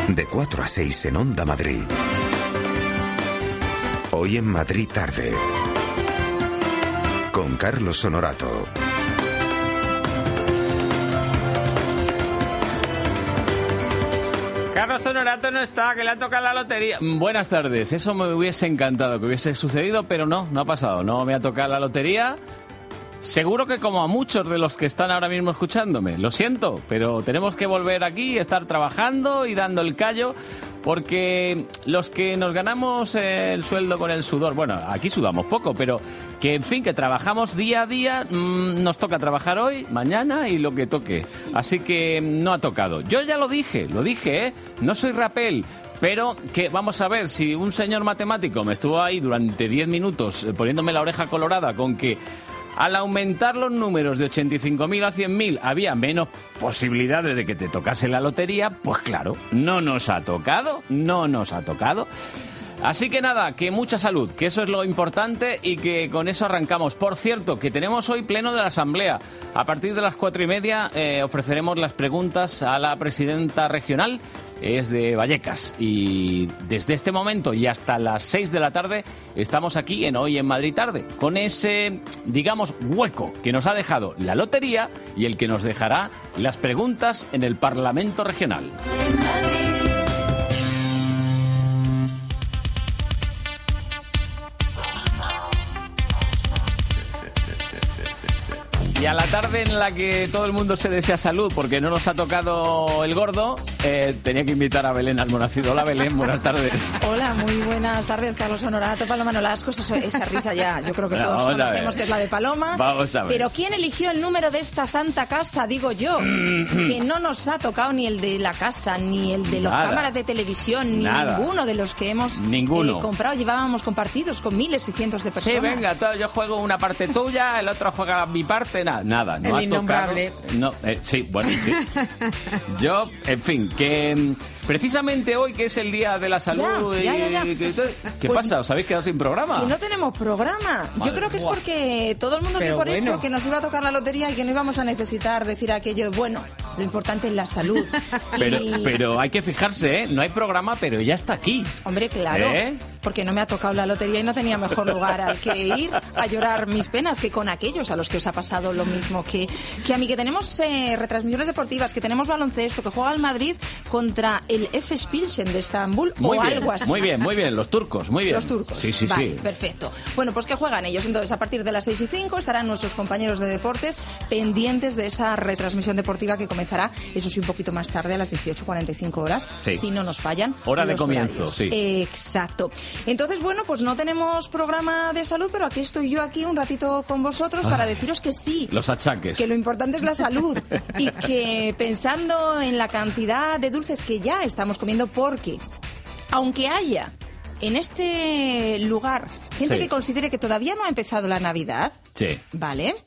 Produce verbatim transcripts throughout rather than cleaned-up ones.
De cuatro a seis en Onda Madrid. Hoy en Madrid tarde. Con Carlos Honorato. Carlos Honorato no está, que le ha tocado la lotería. Buenas tardes, eso me hubiese encantado que hubiese sucedido, pero no, no ha pasado. No me ha tocado la lotería. Seguro que como a muchos de los que están ahora mismo escuchándome. Lo siento, pero tenemos que volver aquí, estar trabajando y dando el callo, porque los que nos ganamos el sueldo con el sudor, bueno, aquí sudamos poco, pero que en fin, que trabajamos día a día, mmm, nos toca trabajar hoy, mañana y lo que toque. Así que no ha tocado. Yo ya lo dije, lo dije, ¿eh? No soy rapel. Pero que vamos a ver, si un señor matemático me estuvo ahí durante diez minutos eh, poniéndome la oreja colorada con que al aumentar los números de ochenta y cinco mil a cien mil había menos posibilidades de que te tocase la lotería, pues claro, no nos ha tocado, no nos ha tocado. Así que nada, que mucha salud, que eso es lo importante y que con eso arrancamos. Por cierto, que tenemos hoy pleno de la Asamblea. A partir de las cuatro y media eh, ofreceremos las preguntas a la presidenta regional. Es de Vallecas y desde este momento y hasta las seis de la tarde estamos aquí en Hoy en Madrid Tarde, con ese, digamos, hueco que nos ha dejado la lotería y el que nos dejará las preguntas en el Parlamento Regional. Y a la tarde en la que todo el mundo se desea salud porque no nos ha tocado el gordo, eh, tenía que invitar a Belén Almonacid. Hola Belén, buenas tardes. Hola, muy buenas tardes, Carlos Honorato, Paloma Nolasco. Esa, esa risa ya, yo creo que todos Vamos conocemos que es la de Paloma. Vamos a ver. Pero ¿quién eligió el número de esta santa casa? Digo yo, que no nos ha tocado ni el de la casa, ni el de las cámaras de televisión, ni Nada. ninguno de los que hemos ninguno. Eh, comprado. Llevábamos compartidos con miles y cientos de personas. Sí, venga, todo, yo juego una parte tuya, el otro juega mi parte, nada. Nada, no el ha innombrable. Tocado, no, eh, sí, bueno, sí. Yo, en fin, que precisamente hoy que es el Día de la Salud, ya, ya, ya, ya. Y, ¿qué, qué pues, pasa? ¿Os habéis quedado sin programa? Que no tenemos programa. Vale, Yo creo que es buah. porque todo el mundo dio por bueno. hecho que nos iba a tocar la lotería y que no íbamos a necesitar decir aquello. Bueno, lo importante es la salud. Pero, y... pero hay que fijarse, ¿eh? No hay programa, pero ya está aquí. Hombre, claro. ¿Eh? Porque no me ha tocado la lotería y no tenía mejor lugar al que ir a llorar mis penas que con aquellos a los que os ha pasado lo mismo que, que a mí, que tenemos eh, retransmisiones deportivas, que tenemos baloncesto, que juega el Madrid contra el F. Pilsen de Estambul muy o bien, algo así. Muy bien, muy bien, los turcos, muy bien. Los turcos. Sí, sí, vale, sí. Perfecto. Bueno, pues que juegan ellos. Entonces, a partir de las seis y cinco estarán nuestros compañeros de deportes pendientes de esa retransmisión deportiva que comenzará, eso sí, un poquito más tarde, a las dieciocho cuarenta y cinco horas, sí. si no nos fallan. Hora de comienzo, horarios. Sí. Exacto. Entonces, bueno, pues no tenemos programa de salud, pero aquí estoy yo aquí un ratito con vosotros ah, para deciros que sí. Los achaques. Que lo importante es la salud y que pensando en la cantidad de dulces que ya estamos comiendo, porque aunque haya en este lugar gente sí. que considere que todavía no ha empezado la Navidad, sí. ¿vale?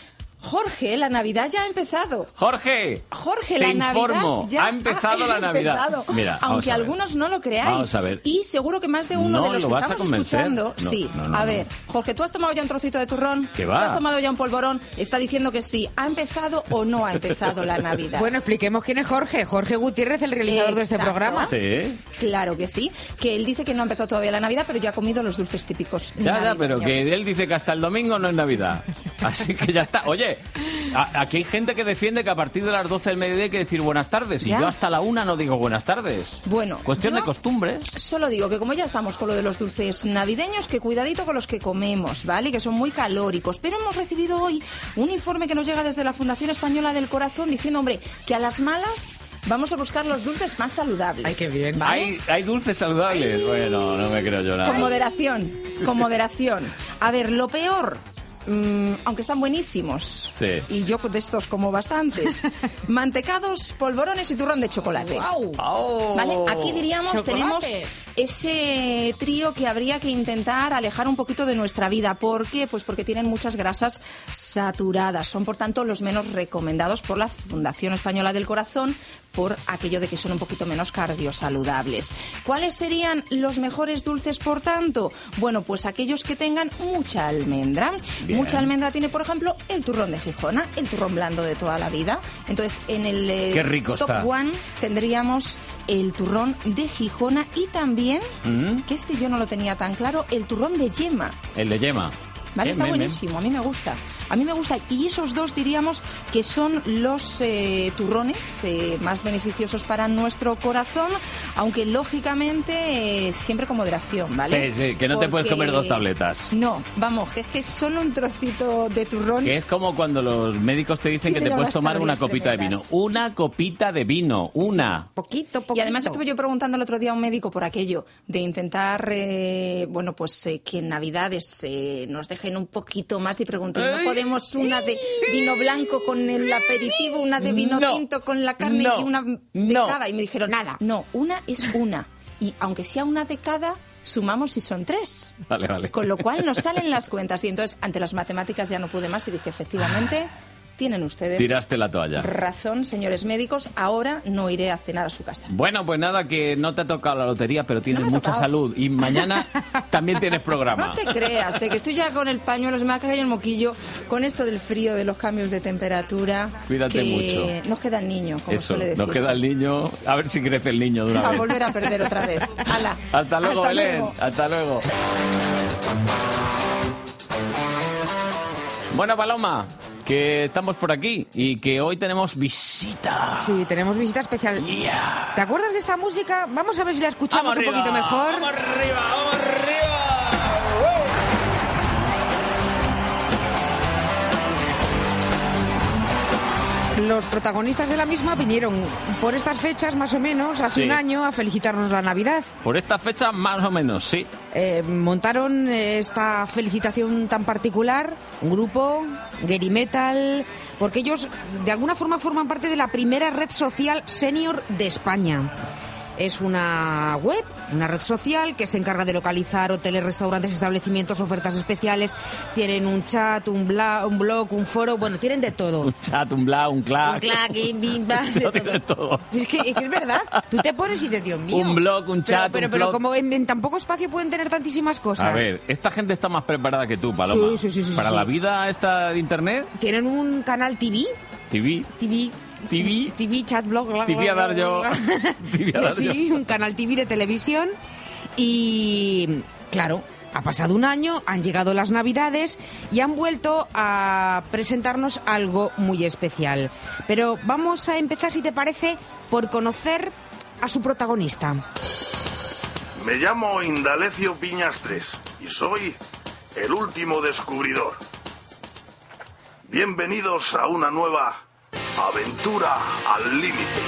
Jorge, la Navidad ya ha empezado. Jorge, Jorge, te la informo, Navidad ya ha empezado ha la Navidad. Empezado, Mira, aunque algunos no lo creáis. Vamos a ver. Y seguro que más de uno no de los lo que vas estamos a convencer. escuchando, no, sí. No, no, a no. ver, Jorge, ¿tú has tomado ya un trocito de turrón? ¿Qué va? ¿Tú has tomado ya un polvorón? Está diciendo que sí. ¿Ha empezado o no ha empezado la Navidad? Bueno, expliquemos quién es Jorge. Jorge Gutiérrez, el realizador Exacto. de este programa. Sí. Claro que sí. Que él dice que no ha empezado todavía la Navidad, pero ya ha comido los dulces típicos. Ya, ya, pero que él dice que hasta el domingo no es Navidad. Así que ya está. Oye, a, aquí hay gente que defiende que a partir de las doce del mediodía hay que decir buenas tardes. Y ¿Ya? yo hasta la una no digo buenas tardes. Bueno. Cuestión de costumbres. Solo digo que como ya estamos con lo de los dulces navideños, que cuidadito con los que comemos, ¿vale? Que son muy calóricos. Pero hemos recibido hoy un informe que nos llega desde la Fundación Española del Corazón diciendo, hombre, que a las malas vamos a buscar los dulces más saludables. Ay, qué bien. ¿Vale? ¿Hay, hay dulces saludables? Ay. Bueno, no me creo yo nada. Con moderación, con moderación. A ver, lo peor... Mm, aunque están buenísimos, sí. y yo de estos como bastantes, mantecados, polvorones y turrón de chocolate. Wow. Oh. ¿Vale? Aquí diríamos, ¿Chocolate? tenemos ese trío que habría que intentar alejar un poquito de nuestra vida. ¿Por qué? Pues porque tienen muchas grasas saturadas. Son, por tanto, los menos recomendados por la Fundación Española del Corazón, por aquello de que son un poquito menos cardiosaludables. ¿Cuáles serían los mejores dulces, por tanto? Bueno, pues aquellos que tengan mucha almendra. Bien. Mucha almendra tiene, por ejemplo, el turrón de Gijona, el turrón blando de toda la vida. Entonces, en el eh, Qué rico top está. one tendríamos el turrón de Gijona y también, ¿Mm? que este yo no lo tenía tan claro, el turrón de yema. El de yema. Vale, está Bien, bien, buenísimo, a mí me gusta. A mí me gusta. Y esos dos diríamos que son los eh, turrones eh, más beneficiosos para nuestro corazón, aunque lógicamente eh, siempre con moderación, ¿vale? Sí, sí, que no Porque... te puedes comer dos tabletas. No, vamos, que es que solo un trocito de turrón. Que es como cuando los médicos te dicen que te puedes tomar una copita de vino. Una copita de vino, una. Sí, poquito, poquito. Y además estuve yo preguntando el otro día a un médico por aquello de intentar, eh, bueno, pues eh, que en Navidades eh, nos dejen un poquito más y pregunté, ¿no podemos una de vino blanco con el aperitivo, una de vino no, tinto con la carne no, y una de no. cada? Y me dijeron, nada, no, una es una. Y aunque sea una de cada, sumamos y son tres. Vale, vale. Con lo cual nos salen las cuentas. Y entonces, ante las matemáticas ya no pude más y dije, efectivamente... Tienen ustedes Tiraste la toalla. razón, señores médicos. Ahora no iré a cenar a su casa. Bueno, pues nada, que no te ha tocado la lotería, pero tienes No me ha mucha tocado. salud. Y mañana también tienes programa. No te creas, eh, que estoy ya con el pañuelo, se me ha caído el moquillo, con esto del frío, de los cambios de temperatura. Cuídate que mucho. Nos queda el niño, como Eso, suele decir. nos queda el niño. A ver si crece el niño de una A vez. volver a perder otra vez. Hala. Hasta luego, Hasta Belén. luego. Hasta luego. Bueno, Paloma, que estamos por aquí y que hoy tenemos visita. Sí, tenemos visita especial. Yeah. ¿Te acuerdas de esta música? Vamos a ver si la escuchamos Vamos un arriba, poquito mejor. Vamos arriba, vamos arriba. Los protagonistas de la misma vinieron por estas fechas, más o menos, hace Sí. un año, a felicitarnos la Navidad. Por esta fecha, más o menos, sí. Eh, montaron esta felicitación tan particular, un grupo, Gary Metal, porque ellos de alguna forma forman parte de la primera red social senior de España. Es una web, una red social que se encarga de localizar hoteles, restaurantes, establecimientos, ofertas especiales. Tienen un chat, un, bla, un blog, un foro, bueno, tienen de todo. Un chat, un bla, un clack. Un clack, un bing, bang, de Lo tiene todo. todo. Es que, es que es verdad, tú te pones y dices, Dios mío. Un blog, un chat, Pero, pero, un pero blog. como en, en tan poco espacio pueden tener tantísimas cosas. A ver, esta gente está más preparada que tú, Paloma. Sí, sí, sí, sí, Para sí. la vida esta de internet, Tienen un canal T V, T V, T V, T V, T V, chat, blog, bla, T V bla, a dar bla, yo, bla, bla. T V a dar Sí, yo. un canal T V de televisión y, claro, ha pasado un año, han llegado las Navidades y han vuelto a presentarnos algo muy especial. Pero vamos a empezar, si te parece, por conocer a su protagonista. Me llamo Indalecio Piñastres y soy el último descubridor. Bienvenidos a una nueva aventura al límite.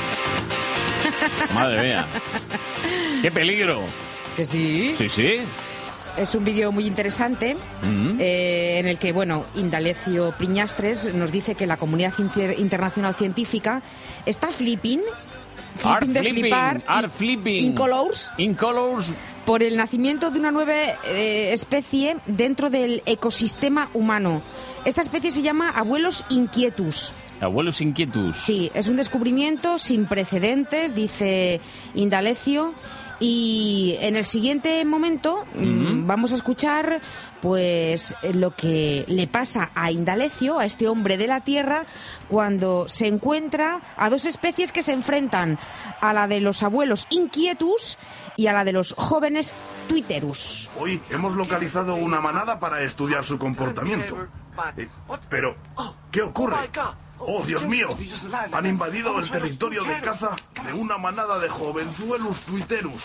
Madre mía. ¡Qué peligro! Que sí. Sí, sí. Es un vídeo muy interesante Mm. eh, en el que, bueno, Indalecio Piñastres nos dice que la comunidad inter- internacional científica está flipping, Are flipping de flipping, flipar, are in- flipping. in colors, In colors. por el nacimiento de una nueva eh, especie dentro del ecosistema humano. Esta especie se llama Abuelos Inquietus. Abuelos inquietus. Sí, es un descubrimiento sin precedentes, dice Indalecio. Y en el siguiente momento mm, vamos a escuchar pues lo que le pasa a Indalecio, a este hombre de la Tierra, cuando se encuentra a dos especies que se enfrentan, a la de los abuelos Inquietus y a la de los jóvenes Twitterus. Hoy hemos localizado una manada para estudiar su comportamiento. Eh, pero, ¿qué ocurre? ¡Oh, Dios mío! Han invadido el territorio de caza de una manada de jovenzuelos tuiterus.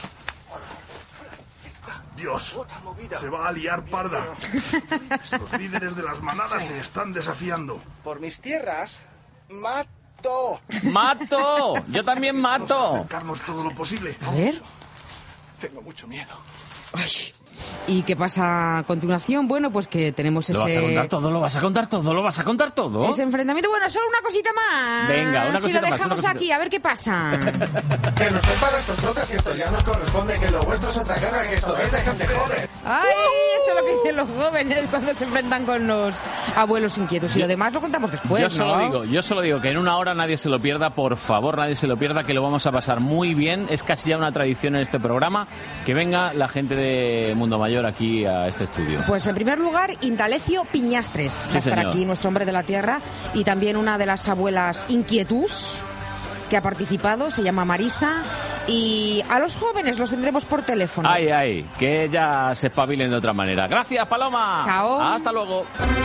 Dios, se va a liar parda. Los líderes de las manadas se están desafiando. Por mis tierras, mato. ¡Mato! ¡Yo también mato! Acercarnos todo lo posible. A ver. Tengo mucho miedo. Ay, ¿Y qué pasa a continuación? Bueno, pues que tenemos ese... ¿Lo vas a contar todo? ¿Lo vas a contar todo? ¿Lo vas a contar todo? Ese enfrentamiento. Bueno, solo una cosita más. Venga, una cosita Si lo más, dejamos una cosita. aquí, a ver qué pasa. Que nos sepan estos trotas que esto ya nos corresponde, que lo vuestro es otra guerra, que esto es de gente joven. ¡Ay! Eso es lo que dicen los jóvenes cuando se enfrentan con los abuelos inquietos. Y lo demás lo contamos después, yo ¿no? solo digo, yo solo digo que en una hora nadie se lo pierda, por favor, nadie se lo pierda, que lo vamos a pasar muy bien. Es casi ya una tradición en este programa que venga la gente de Mundo Mayor aquí a este estudio. Pues en primer lugar, Indalecio Piñastres. Sí, Va a estar señor. aquí, nuestro hombre de la tierra. Y también una de las abuelas inquietus que ha participado, se llama Marisa. Y a los jóvenes los tendremos por teléfono. Ay, ay, que ya se espabilen de otra manera. Gracias, Paloma. Chao. Hasta luego.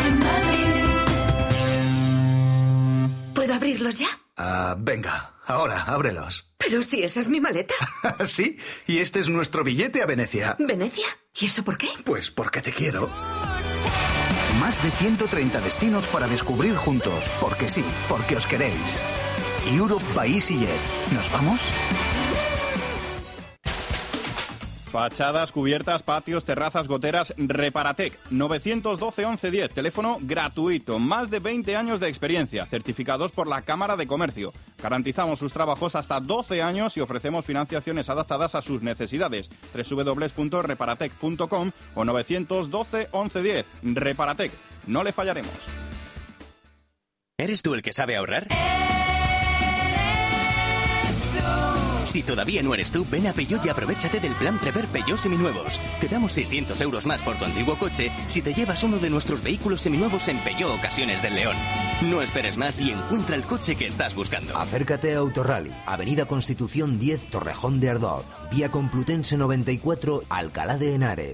¿Puedo abrirlos ya? Ah, venga, ahora, ábrelos. Pero si esa es mi maleta. Sí, y este es nuestro billete a Venecia. ¿Venecia? ¿Y eso por qué? Pues porque te quiero. Más de ciento treinta destinos para descubrir juntos. Porque sí, porque os queréis. Europe by EasyJet. ¿Nos vamos? Fachadas, cubiertas, patios, terrazas, goteras, Reparatec. nueve uno dos, once diez. Teléfono gratuito. Más de veinte años de experiencia. Certificados por la Cámara de Comercio. Garantizamos sus trabajos hasta doce años y ofrecemos financiaciones adaptadas a sus necesidades. doble u doble u doble u punto reparatec punto com o nueve uno dos, once diez. Reparatec. No le fallaremos. ¿Eres tú el que sabe ahorrar? Si todavía no eres tú, ven a Peugeot y aprovechate del plan Prever Peugeot Seminuevos. Te damos seiscientos euros más por tu antiguo coche si te llevas uno de nuestros vehículos seminuevos en Peugeot Ocasiones del León. No esperes más y encuentra el coche que estás buscando. Acércate a Autorally, Avenida Constitución diez, Torrejón de Ardoz, Vía Complutense noventa y cuatro, Alcalá de Henares.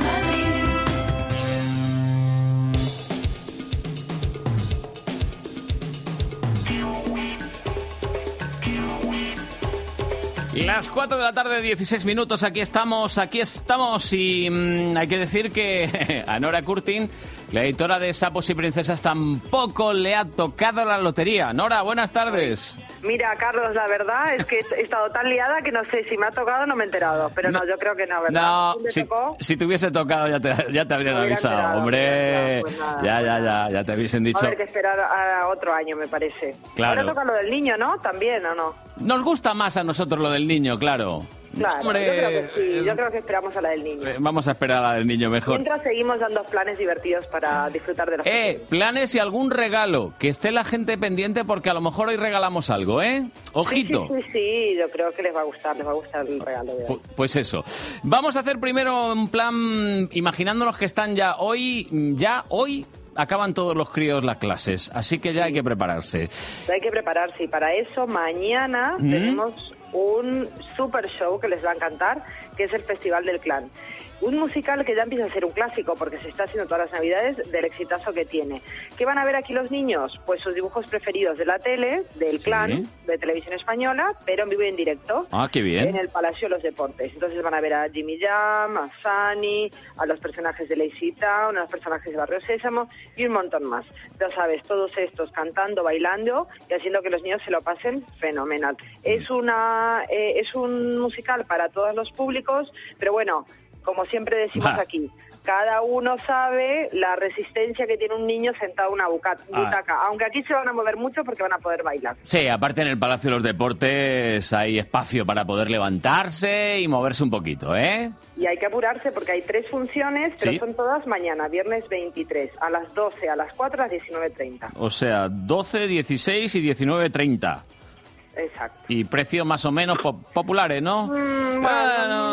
Las cuatro de la tarde, dieciséis minutos, aquí estamos, aquí estamos y mmm, hay que decir que a Nora Curtin, la editora de Sapos y Princesas, tampoco le ha tocado la lotería. Nora, buenas tardes. Mira, Carlos, la verdad es que he estado tan liada que no sé si me ha tocado o no me he enterado, pero no, no yo creo que no, ¿verdad? No, ¿Me si, tocó? si te hubiese tocado ya te, ya te habrían Me hubiera avisado, enterado, hombre, pues nada, ya, pues ya, nada. ya, ya te hubiesen dicho. Va a haber que esperar a otro año, me parece. Claro. Ahora toca lo del niño, ¿no? También, ¿o no? Nos gusta más a nosotros lo del niño, claro. Claro, Hombre, yo creo que sí, yo creo que esperamos a la del niño. Eh, Vamos a esperar a la del niño mejor. Mientras seguimos dando planes divertidos para disfrutar de los Eh, planes y algún regalo. Que esté la gente pendiente porque a lo mejor hoy regalamos algo, ¿eh? Ojito. Sí, sí, sí, sí, yo creo que les va a gustar, les va a gustar el regalo de hoy. Pu- Pues eso. Vamos a hacer primero un plan imaginándonos que están ya hoy, ya hoy acaban todos los críos las clases, así que ya hay que prepararse. Hay que prepararse y para eso mañana ¿Mm? tenemos un super show que les va a encantar, que es el Festival del Clan. Un musical que ya empieza a ser un clásico porque se está haciendo todas las navidades del exitazo que tiene. ¿Qué van a ver aquí los niños? Pues sus dibujos preferidos de la tele, del Clan, de Televisión Española, pero en vivo y en directo. Ah, qué bien. En el Palacio de los Deportes. Entonces van a ver a Jimmy Jam, a Sunny, a los personajes de Lazy Town, a los personajes de Barrio Sésamo y un montón más. Ya sabes, todos estos cantando, bailando y haciendo que los niños se lo pasen fenomenal. Es una eh, es un musical para todos los públicos, pero bueno, como siempre decimos Va. aquí, cada uno sabe la resistencia que tiene un niño sentado en una buca- butaca. Ah. Aunque aquí se van a mover mucho porque van a poder bailar. Sí, aparte en el Palacio de los Deportes hay espacio para poder levantarse y moverse un poquito, ¿eh? Y hay que apurarse porque hay tres funciones, pero Sí. son todas mañana, viernes veintitrés, a las doce, a las cuatro, a las diecinueve treinta. O sea, doce, dieciséis y diecinueve treinta. Exacto. Y precios más o menos po- populares, ¿no? Mm, bueno,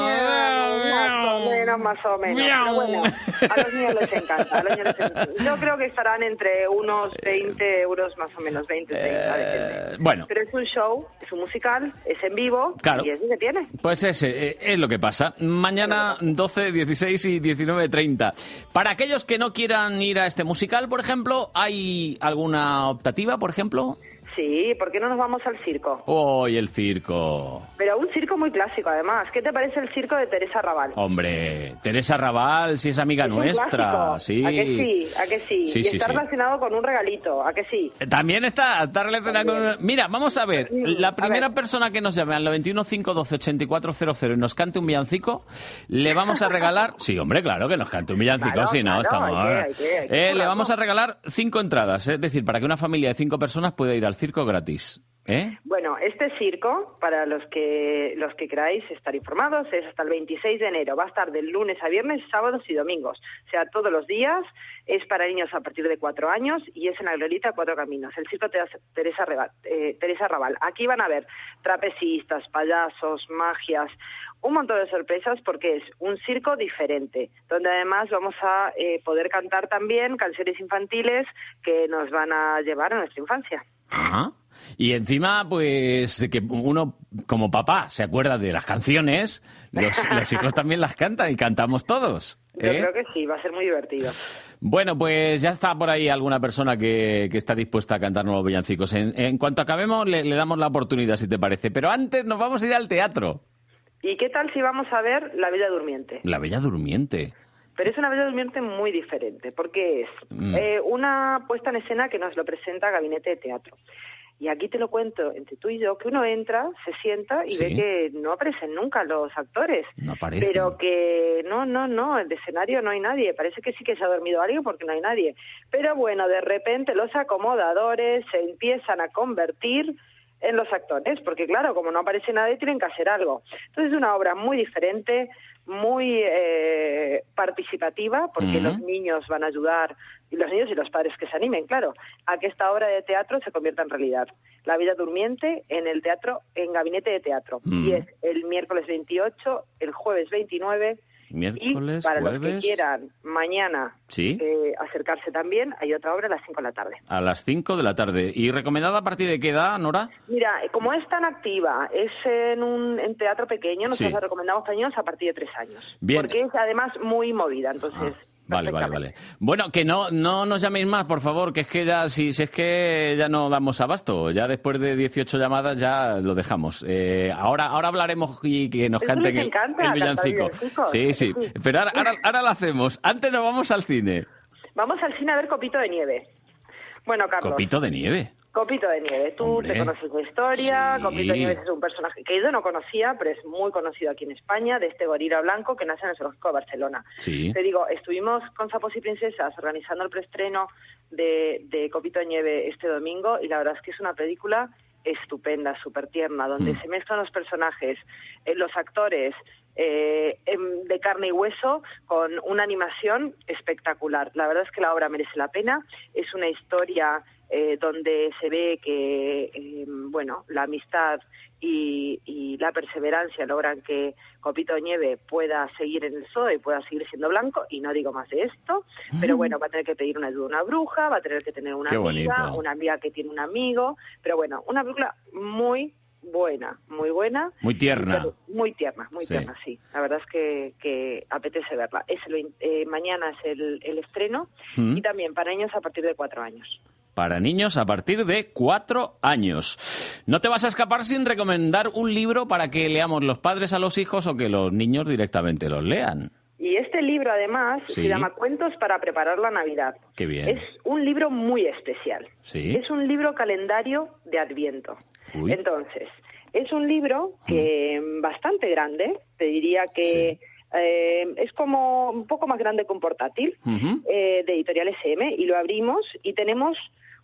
más o menos, más o menos. Pero bueno, a los niños les encanta. A los niños les encanta. Yo creo que estarán entre unos veinte euros más o menos, veinte, treinta, depende. bueno. Pero es un show, es un musical, es en vivo, Claro. y es lo que tiene. Pues ese eh, es lo que pasa. Mañana doce, dieciséis y diecinueve treinta. Para aquellos que no quieran ir a este musical, por ejemplo, ¿hay alguna optativa, por ejemplo? Sí, ¿por qué no nos vamos al circo? ¡Hoy el circo! Pero un circo muy clásico, además. ¿Qué te parece el circo de Teresa Raval? Hombre, Teresa Raval, si es amiga Es un nuestra. clásico. Sí. ¿A que sí? ¿A que sí? Sí, y sí, está sí. relacionado con un regalito, ¿a que sí? También está, está relacionada con... Mira, vamos a ver, la primera persona que nos llame al noventa y uno, quinientos doce, ochenta y cuatro cero cero y nos cante un villancico, le vamos a regalar... Sí, hombre, claro, que nos cante un villancico, Claro, si no, claro, estamos... hay que- hay que- hay que Eh, le curarlo. vamos a regalar cinco entradas, es decir, para que una familia de cinco personas pueda ir al circo gratis. ¿Eh? Bueno, este circo, para los que los que queráis estar informados, es hasta el veintiséis de enero. Va a estar del lunes a viernes, sábados y domingos. O sea, todos los días. Es para niños a partir de cuatro años y es en la Glorieta Cuatro Caminos. El circo Teresa, Teresa, Reba- eh, Teresa Raval. Aquí van a ver trapecistas, payasos, magias, un montón de sorpresas porque es un circo diferente, donde además vamos a eh, poder cantar también canciones infantiles que nos van a llevar a nuestra infancia. Ajá. Y encima, pues, que uno como papá se acuerda de las canciones, los, los hijos también las cantan y cantamos todos. Yo ¿eh? creo que sí, va a ser muy divertido. Bueno, pues ya está por ahí alguna persona que, que está dispuesta a cantarnos los villancicos. En, en cuanto acabemos, le, le damos la oportunidad, si te parece. Pero antes nos vamos a ir al teatro. ¿Y qué tal si vamos a ver La Bella Durmiente? La Bella Durmiente. Pero es una Bella Durmiente muy diferente, porque es Mm. eh, una puesta en escena que nos lo presenta Gabinete de Teatro. Y aquí te lo cuento entre tú y yo, que uno entra, se sienta y Sí. ve que no aparecen nunca los actores. No aparecen. Pero que no, no, no, el escenario no hay nadie. Parece que sí que se ha dormido alguien porque no hay nadie. Pero bueno, de repente los acomodadores se empiezan a convertir en los actores, porque claro, como no aparece nadie, tienen que hacer algo. Entonces es una obra muy diferente, muy eh, participativa, porque Ujú. los niños van a ayudar, y los niños y los padres que se animen, claro, a que esta obra de teatro se convierta en realidad. La Bella Durmiente en el teatro, en Gabinete de Teatro. Mm. Y es el miércoles veintiocho, el jueves veintinueve, Miércoles, y para los que jueves... quieran mañana Sí. eh, acercarse también, hay otra obra a las cinco de la tarde. A las cinco de la tarde. ¿Y recomendada a partir de qué edad, Nora? Mira, eh, como es tan activa, es en un en teatro pequeño, nosotros Sí. la recomendamos para niños a partir de tres años. Bien. Porque es además muy movida, entonces... Vale, vale, vale. Bueno, que no no nos llaméis más, por favor, que es que ya si, si es que ya no damos abasto. Ya después de dieciocho llamadas ya lo dejamos. Eh, ahora ahora hablaremos y que nos Eso canten les el, encanta, el cantar villancico. villancicos. Sí, sí. Sí. Pero ahora, ahora, ahora lo hacemos. Antes nos vamos al cine. Vamos al cine a ver Copito de Nieve. Bueno, Carlos. Copito de nieve. Copito de Nieve, tú Hombre. te conoces la historia, Sí. Copito de Nieve es un personaje que yo no conocía, pero es muy conocido aquí en España, de este gorila blanco que nace en el Zoológico de Barcelona. Sí. Te digo, estuvimos con Sapos y Princesas organizando el preestreno de, de Copito de Nieve este domingo y la verdad es que es una película estupenda, súper tierna, donde Mm. se mezclan los personajes, eh, los actores, eh, em, de carne y hueso, con una animación espectacular. La verdad es que la obra merece la pena, es una historia eh, donde se ve que, eh, bueno, la amistad y, y la perseverancia logran que Copito de Nieve pueda seguir en el zoo y pueda seguir siendo blanco, y no digo más de esto, pero bueno, va a tener que pedir una ayuda a una bruja, va a tener que tener una Qué amiga, bonito. una amiga que tiene un amigo, pero bueno, una película muy buena, muy buena. Muy tierna. Pero muy tierna, muy Sí. tierna, sí. La verdad es que, que apetece verla. Es el vein- eh, mañana es el, el estreno Mm. y también para niños a partir de cuatro años. Para niños a partir de cuatro años. No te vas a escapar sin recomendar un libro para que leamos los padres a los hijos o que los niños directamente los lean. Y este libro, además, Sí. se llama Cuentos para preparar la Navidad. Qué bien. Es un libro muy especial. Sí. Es un libro calendario de Adviento. Uy. Entonces, es un libro que bastante grande, te diría que eh, es como un poco más grande que un portátil, Ujú. eh, de Editorial S M, y lo abrimos y tenemos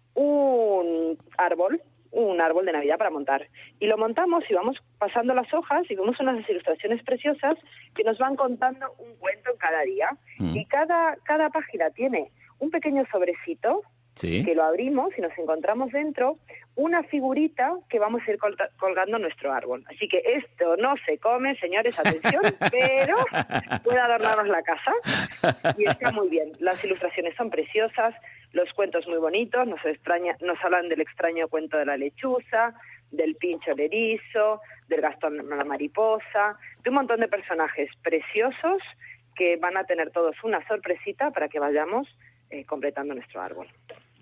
un árbol, un árbol de Navidad para montar. Y lo montamos y vamos pasando las hojas y vemos unas ilustraciones preciosas que nos van contando un cuento en cada día. Mm. Y cada, cada página tiene un pequeño sobrecito Sí. que lo abrimos y nos encontramos dentro una figurita que vamos a ir colta- colgando en nuestro árbol. Así que esto no se come, señores, atención, pero puede adornarnos la casa y está muy bien. Las ilustraciones son preciosas, los cuentos muy bonitos, nos, extraña, nos hablan del extraño cuento de la lechuza, del pincho el erizo, del Gastón la mariposa, de un montón de personajes preciosos que van a tener todos una sorpresita para que vayamos eh, completando nuestro árbol.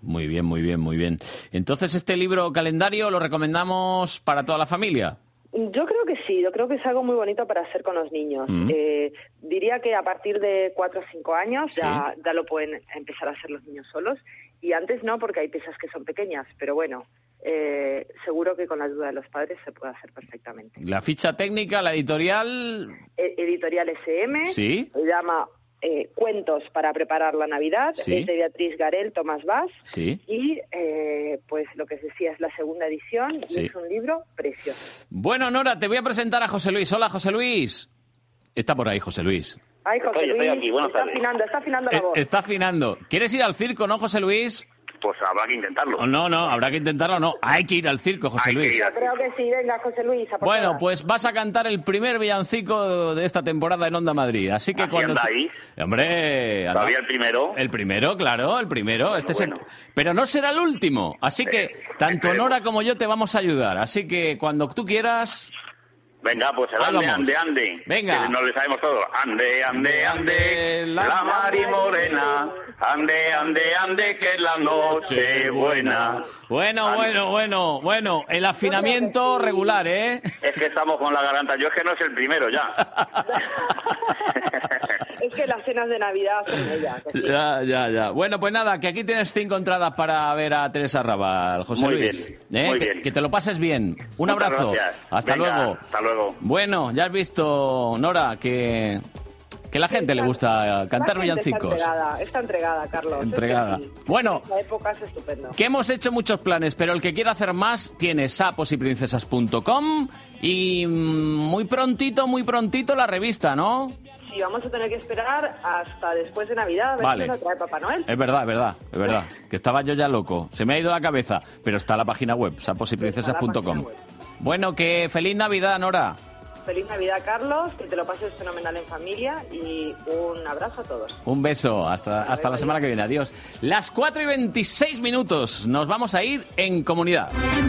Muy bien, muy bien, muy bien. Entonces, ¿este libro calendario lo recomendamos para toda la familia? Yo creo que sí, yo creo que es algo muy bonito para hacer con los niños. Mm. Eh, diría que a partir de cuatro o cinco años ya, ¿sí? ya lo pueden empezar a hacer los niños solos. Y antes no, porque hay piezas que son pequeñas, pero bueno, eh, seguro que con la ayuda de los padres se puede hacer perfectamente. La ficha técnica, la editorial... Eh, editorial S M, ¿sí? Se llama eh, Cuentos para preparar la Navidad, ¿sí? Es de Beatriz Garel, Tomás Vaz, ¿sí? Y eh, pues lo que os decía es la segunda edición, ¿sí? Y es un libro precioso. Bueno, Nora, te voy a presentar a José Luis. Hola, José Luis. Está por ahí, José Luis. Ay, José estoy, Luis, estoy aquí. Buenas está tardes. afinando, está afinando la Eh, voz. está afinando. ¿Quieres ir al circo, no, José Luis? Pues habrá que intentarlo. No, no, habrá que intentarlo, no. Hay que ir al circo, José Hay que Luis. ir al Yo creo que sí, venga, José Luis. A por Bueno, todas. pues vas a cantar el primer villancico de esta temporada en Onda Madrid. Así que Así cuando... anda tú- ahí. Hombre... anda. ¿Todavía el primero? El primero, claro, el primero. Bueno, este bueno. es el... Pero no será el último. Así que Eh, tanto esperemos. Nora como yo te vamos a ayudar. Así que cuando tú quieras... Venga, pues el Ahí ande, vamos. ande, ande. Venga. Que no le sabemos todo. Ande, ande, ande, la la Mari Morena. Ande, ande, ande, que es la noche buena. Bueno, Ande. bueno, bueno, bueno. El afinamiento regular, ¿eh? Es que estamos con la garganta. Yo es que no es el primero ya. Es que las cenas de Navidad son ellas. que sí. Ya, ya, ya. Bueno, pues nada, que aquí tienes cinco entradas para ver a Teresa Raval, José Muy Luis. bien, ¿Eh? muy que, bien. que te lo pases bien. Un Muchas abrazo. gracias. Hasta Venga, luego. hasta luego. Bueno, ya has visto, Nora, que, que la gente le gusta cantar La gente villancicos. Está entregada, está entregada, Carlos. Entregada. Es que sí. Bueno. La época es estupendo. Que hemos hecho muchos planes, pero el que quiera hacer más tiene sapos y princesas punto com y mm, muy prontito, muy prontito la revista, ¿no? Sí, vamos a tener que esperar hasta después de Navidad a ver Vale. si nos trae Papá Noel. Es verdad, es verdad, es verdad. Que estaba yo ya loco. Se me ha ido la cabeza. Pero está la página web, sapos y princesas punto com. Está la página Bueno, que feliz Navidad, Nora. Feliz Navidad, Carlos, que te lo pases fenomenal en familia y un abrazo a todos. Un beso. Hasta, hasta la semana que viene. Adiós. Las cuatro y veintiséis minutos. Nos vamos a ir en comunidad.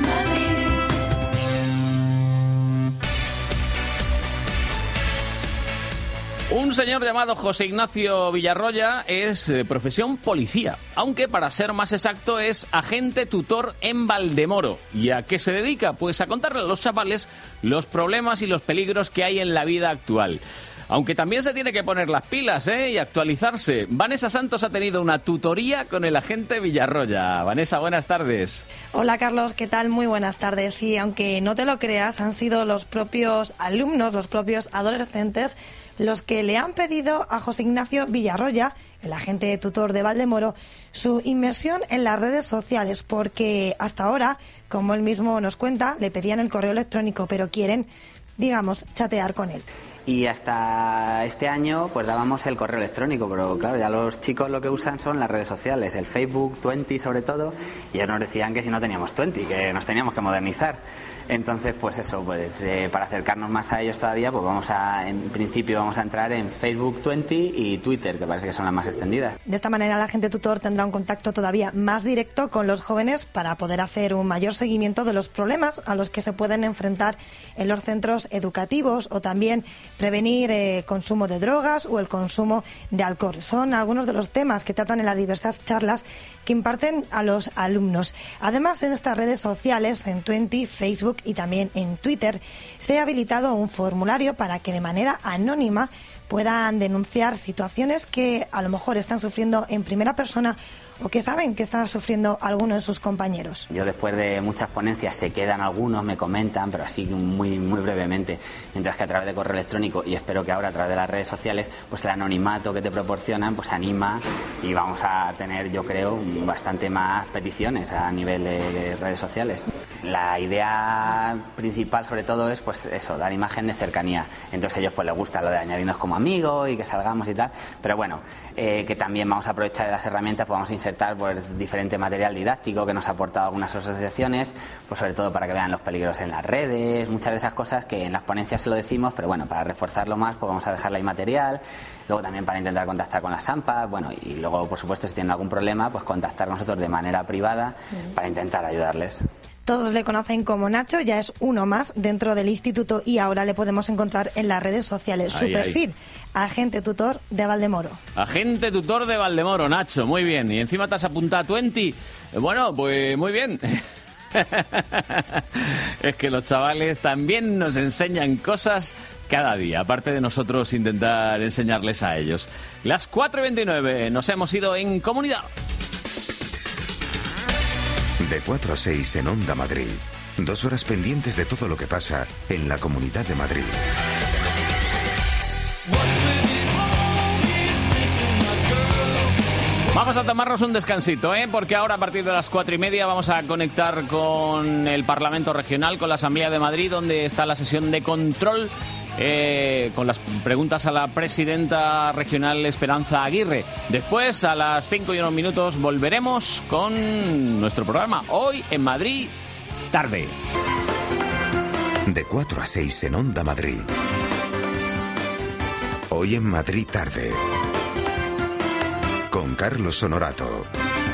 Un señor llamado José Ignacio Villarroya es de profesión policía, aunque para ser más exacto es agente tutor en Valdemoro. ¿Y a qué se dedica? Pues a contarle a los chavales los problemas y los peligros que hay en la vida actual. Aunque también se tiene que poner las pilas, ¿eh? Y actualizarse. Vanessa Santos ha tenido una tutoría con el agente Villarroya. Vanessa, buenas tardes. Hola Carlos, ¿qué tal? Muy buenas tardes. Sí, aunque no te lo creas, han sido los propios alumnos, los propios adolescentes, los que le han pedido a José Ignacio Villarroya, el agente tutor de Valdemoro, su inmersión en las redes sociales, porque hasta ahora, como él mismo nos cuenta, le pedían el correo electrónico, pero quieren, digamos, chatear con él. Y hasta este año pues dábamos el correo electrónico, pero claro, ya los chicos lo que usan son las redes sociales, el Facebook, Twenty sobre todo, y ellos nos decían que si no teníamos Twenty, que nos teníamos que modernizar. Entonces, pues eso, pues eh, para acercarnos más a ellos todavía, pues vamos a, en principio vamos a entrar en Facebook, Twenty y Twitter, que parece que son las más extendidas. De esta manera, el agente tutor tendrá un contacto todavía más directo con los jóvenes para poder hacer un mayor seguimiento de los problemas a los que se pueden enfrentar en los centros educativos o también prevenir eh, consumo de drogas o el consumo de alcohol. Son algunos de los temas que tratan en las diversas charlas que imparten a los alumnos. Además, en estas redes sociales, en Twenty, Facebook y también en Twitter, se ha habilitado un formulario para que de manera anónima puedan denunciar situaciones que a lo mejor están sufriendo en primera persona o que saben que está sufriendo alguno de sus compañeros. Yo después de muchas ponencias se quedan algunos, me comentan, pero así muy muy brevemente, mientras que a través de correo electrónico y espero que ahora a través de las redes sociales, pues el anonimato que te proporcionan pues anima y vamos a tener, yo creo, bastante más peticiones a nivel de, de redes sociales. La idea principal sobre todo es pues eso, dar imagen de cercanía. Entonces a ellos pues les gusta lo de añadirnos como amigos y que salgamos y tal, pero bueno, eh, que también vamos a aprovechar de las herramientas, pues vamos a insertar pues diferente material didáctico que nos ha aportado algunas asociaciones, pues sobre todo para que vean los peligros en las redes, muchas de esas cosas que en las ponencias se lo decimos, pero bueno, para reforzarlo más pues vamos a dejarle ahí material, luego también para intentar contactar con las AMPAs, bueno, y luego por supuesto si tienen algún problema pues contactar con nosotros de manera privada para intentar ayudarles. Todos le conocen como Nacho, ya es uno más dentro del instituto y ahora le podemos encontrar en las redes sociales. Su Ahí, perfil, ahí. agente tutor de Valdemoro. Agente tutor de Valdemoro, Nacho, muy bien. Y encima te has apuntado a veinte. Bueno, pues muy bien. Es que los chavales también nos enseñan cosas cada día, aparte de nosotros intentar enseñarles a ellos. Las cuatro y veintinueve, nos hemos ido en comunidad. De cuatro a seis en Onda Madrid. Dos horas pendientes de todo lo que pasa en la Comunidad de Madrid. Vamos a tomarnos un descansito, ¿eh? Porque ahora a partir de las cuatro y media vamos a conectar con el Parlamento Regional, con la Asamblea de Madrid, donde está la sesión de control eh, con las preguntas a la presidenta regional Esperanza Aguirre. Después, a las cinco y unos minutos, volveremos con nuestro programa Hoy en Madrid Tarde. De cuatro a seis en Onda Madrid. Hoy en Madrid Tarde. Con Carlos Honorato.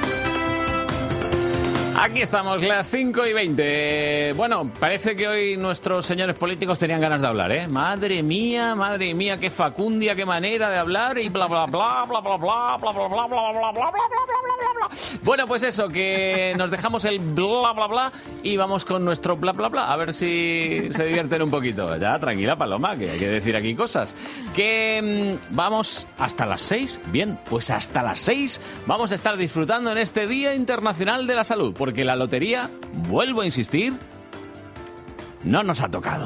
Aquí estamos, las cinco y veinte. Bueno, parece que hoy nuestros señores políticos tenían ganas de hablar, ¿eh? Madre mía, madre mía, qué facundia, qué manera de hablar y bla, bla, bla, bla, bla, bla, bla, bla, bla, bla, bla, bla, bla, bla, bla, bla. Bueno, pues eso, que nos dejamos el bla, bla, bla y vamos con nuestro bla, bla, bla. A ver si se divierten un poquito. Ya, tranquila, Paloma, que hay que decir aquí cosas. Que mmm, vamos hasta las seis. Bien, pues hasta las seis vamos a estar disfrutando en este Día Internacional de la Salud. Porque la lotería, vuelvo a insistir, no nos ha tocado.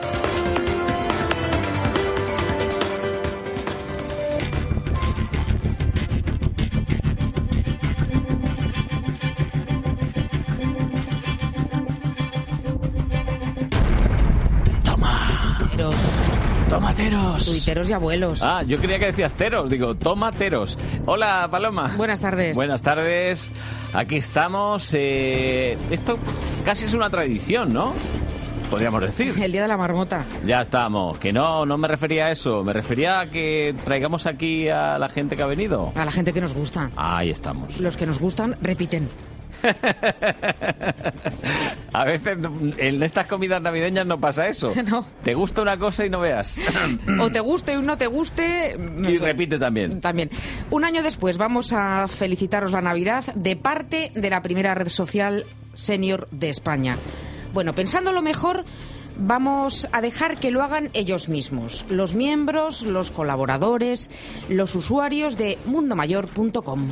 Tomateros. Tuiteros y abuelos. Ah, yo creía que decías teros. Digo, tomateros. Hola, Paloma. Buenas tardes. Buenas tardes. Aquí estamos. Eh, esto casi es una tradición, ¿no? Podríamos decir. El día de la marmota. Ya estamos. Que no, no me refería a eso. Me refería a que traigamos aquí a la gente que ha venido. A la gente que nos gusta. Ahí estamos. Los que nos gustan, repiten. A veces en estas comidas navideñas no pasa eso. No. Te gusta una cosa y no veas. O te guste o no te guste. Y repite también. También. Un año después vamos a felicitaros la Navidad de parte de la primera red social senior de España. Bueno, pensándolo mejor, vamos a dejar que lo hagan ellos mismos. Los miembros, los colaboradores, los usuarios de mundo mayor punto com.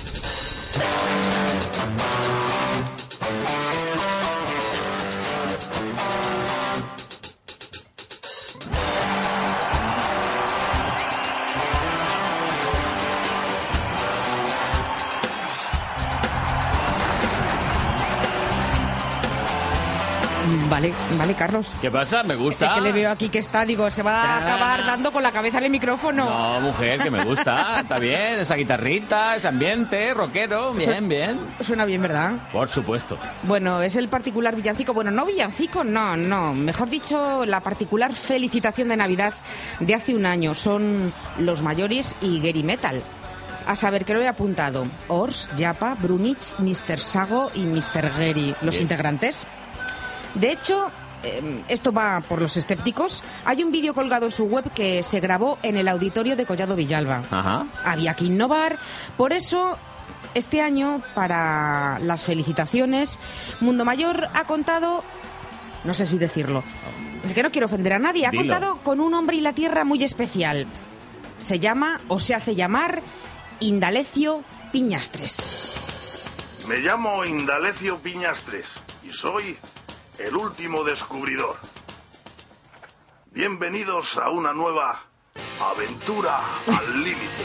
Vale, vale, Carlos. ¿Qué pasa? Me gusta. Es que le veo aquí que está, digo, se va a acabar dando con la cabeza al micrófono. No, mujer, que me gusta. Está bien, esa guitarrita, ese ambiente, rockero, bien, bien. Suena bien, ¿verdad? Por supuesto. Bueno, es el particular villancico. Bueno, no villancico, no, no. Mejor dicho, la particular felicitación de Navidad de hace un año. Son Los Mayores y Gary Metal. A saber, que lo he apuntado. Ors, Yapa, Brunich, mister Sago y mister Gary. Los bien. Integrantes. De hecho, eh, esto va por los escépticos. Hay un vídeo colgado en su web que se grabó en el auditorio de Collado Villalba. Ajá. Había que innovar. Por eso, este año, para las felicitaciones, Mundo Mayor ha contado, no sé si decirlo, es que no quiero ofender a nadie, ha Dilo. contado con un hombre y la tierra muy especial. Se llama, o se hace llamar, Indalecio Piñastres. Me llamo Indalecio Piñastres y soy el último descubridor. Bienvenidos a una nueva aventura al límite.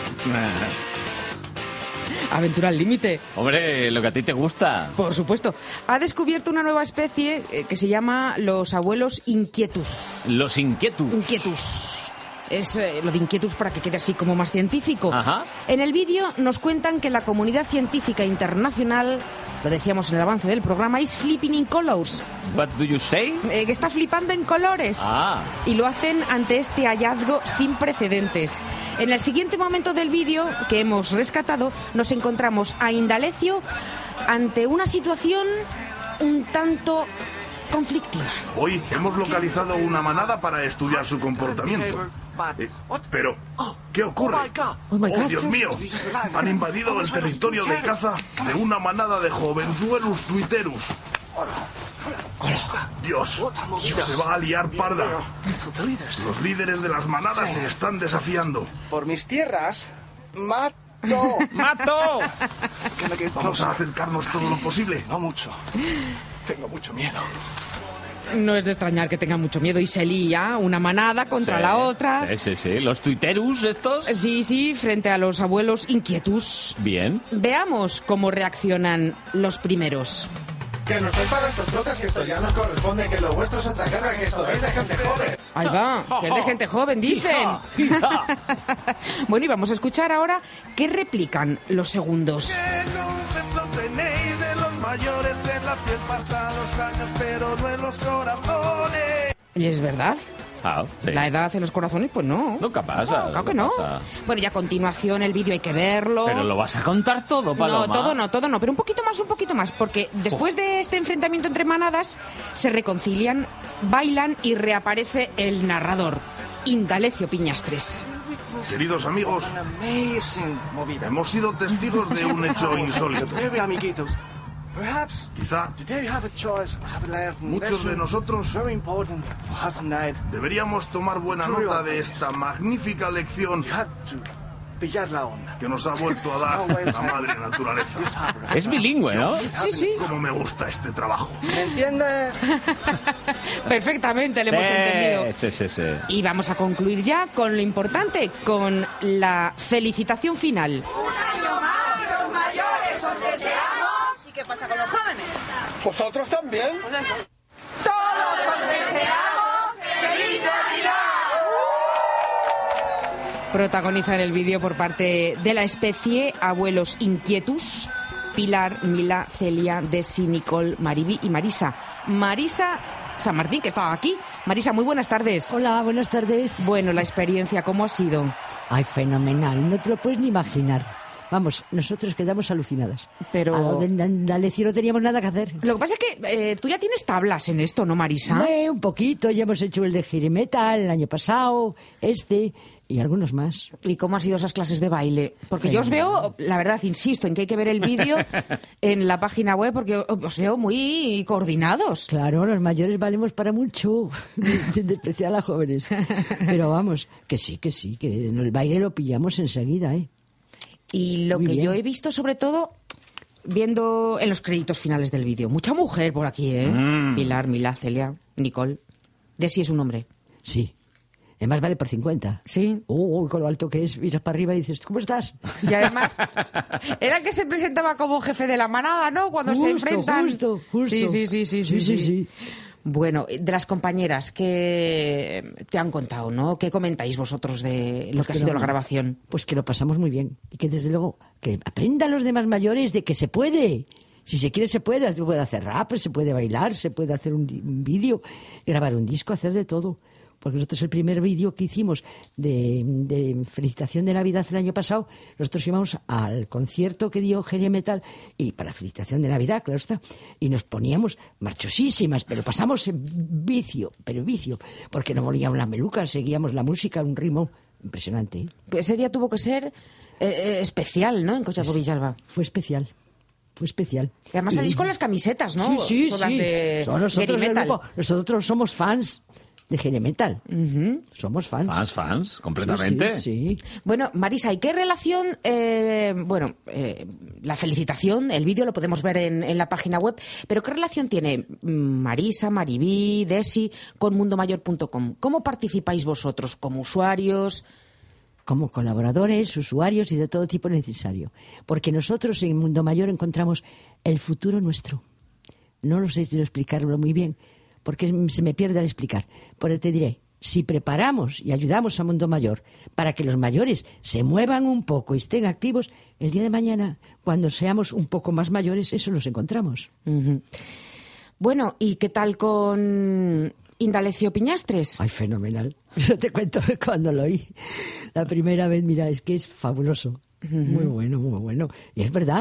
Aventura al límite. Hombre, lo que a ti te gusta. Por supuesto. Ha descubierto una nueva especie eh, que se llama los abuelos inquietus. Los inquietus. Inquietus. Es eh, lo de inquietus para que quede así como más científico. Ajá. En el vídeo nos cuentan que la comunidad científica internacional, lo decíamos en el avance del programa, is flipping in colors. What do you say? Eh, que está flipando en colores. Ah. Y lo hacen ante este hallazgo sin precedentes. En el siguiente momento del vídeo que hemos rescatado, nos encontramos a Indalecio ante una situación un tanto conflictiva. Hoy hemos localizado una manada para estudiar su comportamiento. Eh, pero, ¿qué ocurre? Oh, my God. ¡Oh, Dios mío! Han invadido el territorio de caza de una manada de jovenzuelos tuiteros. Dios, se va a liar parda. Los líderes de las manadas se están desafiando. Por mis tierras, mato. ¡Mato! Vamos a acercarnos todo lo posible. No mucho. Tengo mucho miedo. No es de extrañar que tenga mucho miedo y se lía una manada contra Sí, la otra. Sí, sí, sí. ¿Los tuiterus estos? Sí, sí, frente a los abuelos inquietus. Bien. Veamos cómo reaccionan los primeros. Que nos prepara estos trotas, que esto ya nos corresponde, que lo vuestro es otra guerra, que esto es de gente joven. Ahí va, que es de gente joven, dicen. Bueno, y vamos a escuchar ahora qué replican los segundos. Tenéis de los mayores en la piel pasados años, pero no en los corazones. ¿Y es verdad? Ah, sí. ¿La edad en los corazones? Pues no. Nunca pasa. No, claro que nunca no. pasa. Bueno, y a continuación el vídeo hay que verlo. Pero lo vas a contar todo, Paloma. No, todo no, todo no, pero un poquito más, un poquito más, porque después de este enfrentamiento entre manadas se reconcilian, bailan y reaparece el narrador, Indalecio Piñastres. Queridos amigos, hemos sido testigos de un hecho insólito. Quizá muchos de nosotros deberíamos tomar buena nota de esta magnífica lección que nos ha vuelto a dar la madre naturaleza. Es bilingüe, ¿no? Sí, sí. Cómo me gusta este trabajo. ¿Me entiendes? Perfectamente, le hemos Sí, entendido. Sí, sí, sí. Y vamos a concluir ya con lo importante, con la felicitación final. ¿Qué pasa con los jóvenes? ¿Vosotros también? Pues eso. Todos os deseamos feliz Navidad. Protagoniza en el vídeo por parte de la especie Abuelos Inquietus, Pilar, Mila, Celia, Desi, Nicole, Mariby y Marisa. Marisa San Martín, que estaba aquí. Marisa, muy buenas tardes. Hola, buenas tardes. Bueno, la experiencia, ¿cómo ha sido? Ay, fenomenal, no te lo puedes ni imaginar. Vamos, nosotros quedamos alucinadas. Pero... A lo de Indalecio no teníamos nada que hacer. Lo que pasa es que eh, tú ya tienes tablas en esto, ¿no, Marisa? Eh, un poquito, ya hemos hecho el de heavy metal el año pasado, este y algunos más. ¿Y cómo han sido esas clases de baile? Porque yo os veo, la verdad, insisto en que hay que ver el vídeo en la página web porque os veo muy coordinados. Claro, los mayores valemos para mucho, sin despreciar a las jóvenes. Pero vamos, que sí, que sí, que en el baile lo pillamos enseguida, ¿eh? Y lo Muy que bien. yo he visto, sobre todo, viendo en los créditos finales del vídeo, mucha mujer por aquí, ¿eh? Mm. Pilar, Mila, Celia, Nicole. Desi es un hombre. Sí. Además vale por cincuenta. Sí. Oh, con lo alto que es, miras para arriba y dices, ¿cómo estás? Y además, era el que se presentaba como jefe de la manada, ¿no? Cuando Justo, se enfrentan. justo, justo. Sí, sí, sí, sí, sí, Sí, sí, sí. sí. Bueno, de las compañeras que te han contado, ¿no? ¿Qué comentáis vosotros de lo Pues que ha que sido no- la grabación? Pues que lo pasamos muy bien. Y que desde luego, que aprendan los demás mayores de que se puede. Si se quiere, se puede. Se puede hacer rap, se puede bailar, se puede hacer un, di- un vídeo, grabar un disco, hacer de todo. Porque nosotros el primer vídeo que hicimos de, de felicitación de Navidad el año pasado, nosotros íbamos al concierto que dio Heavy Metal y para felicitación de Navidad, claro está, y nos poníamos marchosísimas, pero pasamos en vicio, pero vicio, porque no molíamos las melucas, seguíamos la música, un ritmo impresionante. ¿eh? Pues ese día tuvo que ser eh, eh, especial, ¿no? En Cochaco Villalba. Fue especial. Fue especial. Y además salís con las camisetas, ¿no? Sí, sí, Con sí. las de Son nosotros, Heavy el Metal. grupo. Nosotros somos fans de Heavy Metal. Somos fans. Fans, fans, completamente. Sí, sí. Bueno, Marisa, ¿y qué relación? eh, bueno, eh, la felicitación, el vídeo lo podemos ver en, en la página web, pero ¿qué relación tiene mm, Marisa, Mariby, Desi con mundo mayor punto com? ¿Cómo participáis vosotros como usuarios? Como colaboradores, usuarios y de todo tipo necesario. Porque nosotros en Mundo Mayor encontramos el futuro nuestro. No lo sé si explicarlo muy bien, porque se me pierde al explicar. Pero te diré, si preparamos y ayudamos a Mundo Mayor para que los mayores se muevan un poco y estén activos, el día de mañana, cuando seamos un poco más mayores, eso nos encontramos. Uh-huh. Bueno, ¿y qué tal con Indalecio Piñastres? Ay, fenomenal. No te cuento cuando lo oí. La primera vez, mira, es que es fabuloso. Uh-huh. Muy bueno, muy bueno. Y es verdad,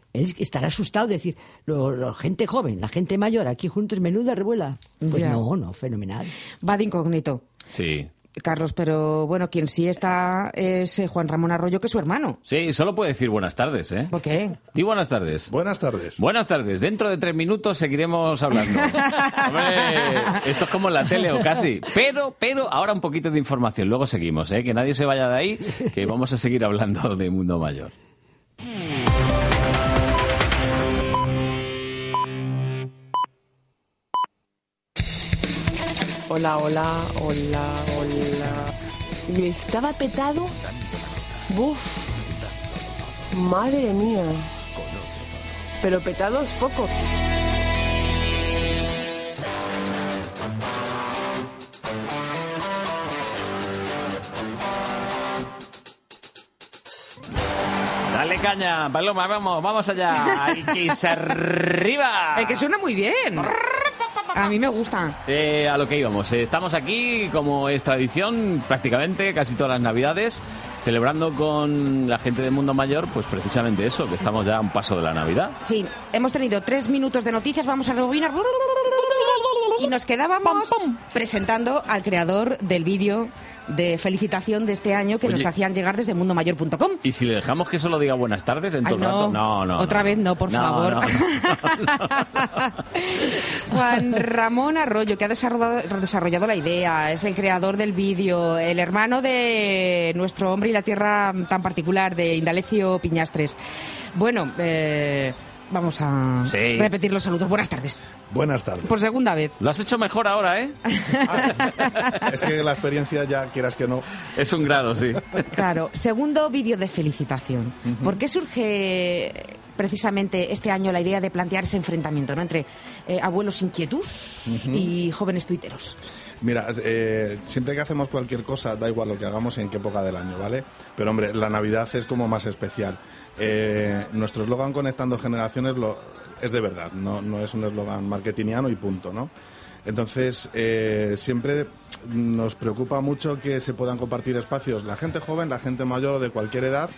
Es que estará asustado de decir, lo, lo, gente joven, la gente mayor, aquí juntos, menuda revuela. Pues Ya. no, no, fenomenal. Va de incógnito. Sí. Carlos, pero bueno, quien sí está es eh, Juan Ramón Arroyo, que es su hermano. Sí, solo puede decir buenas tardes, ¿eh? ¿Por qué? Y buenas tardes. Buenas tardes. Buenas tardes. Dentro de tres minutos seguiremos hablando. Hombre, esto es como en la tele o casi. Pero, pero, ahora un poquito de información. Luego seguimos, ¿eh? Que nadie se vaya de ahí, que vamos a seguir hablando de Mundo Mayor. Hola, hola, hola, hola. ¿Y estaba petado? Buf. Madre mía. Pero petado es poco. Dale caña, Paloma, vamos, vamos allá. Hay que irse arriba. Es que suena muy bien. A mí me gusta. Eh, a lo que íbamos. Eh, estamos aquí, como es tradición, prácticamente casi todas las Navidades, celebrando con la gente de Mundo Mayor, pues precisamente eso, que estamos ya a un paso de la Navidad. Sí, hemos tenido tres minutos de noticias, vamos a rebobinar. Y nos quedábamos presentando al creador del vídeo de felicitación de este año que Oye. nos hacían llegar desde mundo mayor punto com. ¿Y si le dejamos que solo diga buenas tardes en Ay, todo el no. rato? No, no. Otra no. vez no, por No, favor. no, Juan Ramón Arroyo, que ha desarrollado, desarrollado la idea, es el creador del vídeo, el hermano de nuestro hombre y la tierra tan particular, de Indalecio Piñastres. Bueno, eh, vamos a Sí. repetir los saludos. Buenas tardes. Buenas tardes. Por segunda vez. Lo has hecho mejor ahora, ¿eh? Es que la experiencia ya, quieras que no. Es un grado, sí. Claro, segundo vídeo de felicitación. ¿Por qué surge precisamente este año la idea de plantear ese enfrentamiento, ¿no?, entre eh, abuelos inquietus Ujú. y jóvenes tuiteros? Mira, eh, siempre que hacemos cualquier cosa, da igual lo que hagamos en qué época del año, ¿vale? Pero hombre, la Navidad es como más especial. Eh, nuestro eslogan Conectando Generaciones lo, es de verdad, no, no es un eslogan marketingiano y punto, ¿no? Entonces, eh, siempre nos preocupa mucho que se puedan compartir espacios la gente joven, la gente mayor o de cualquier edad.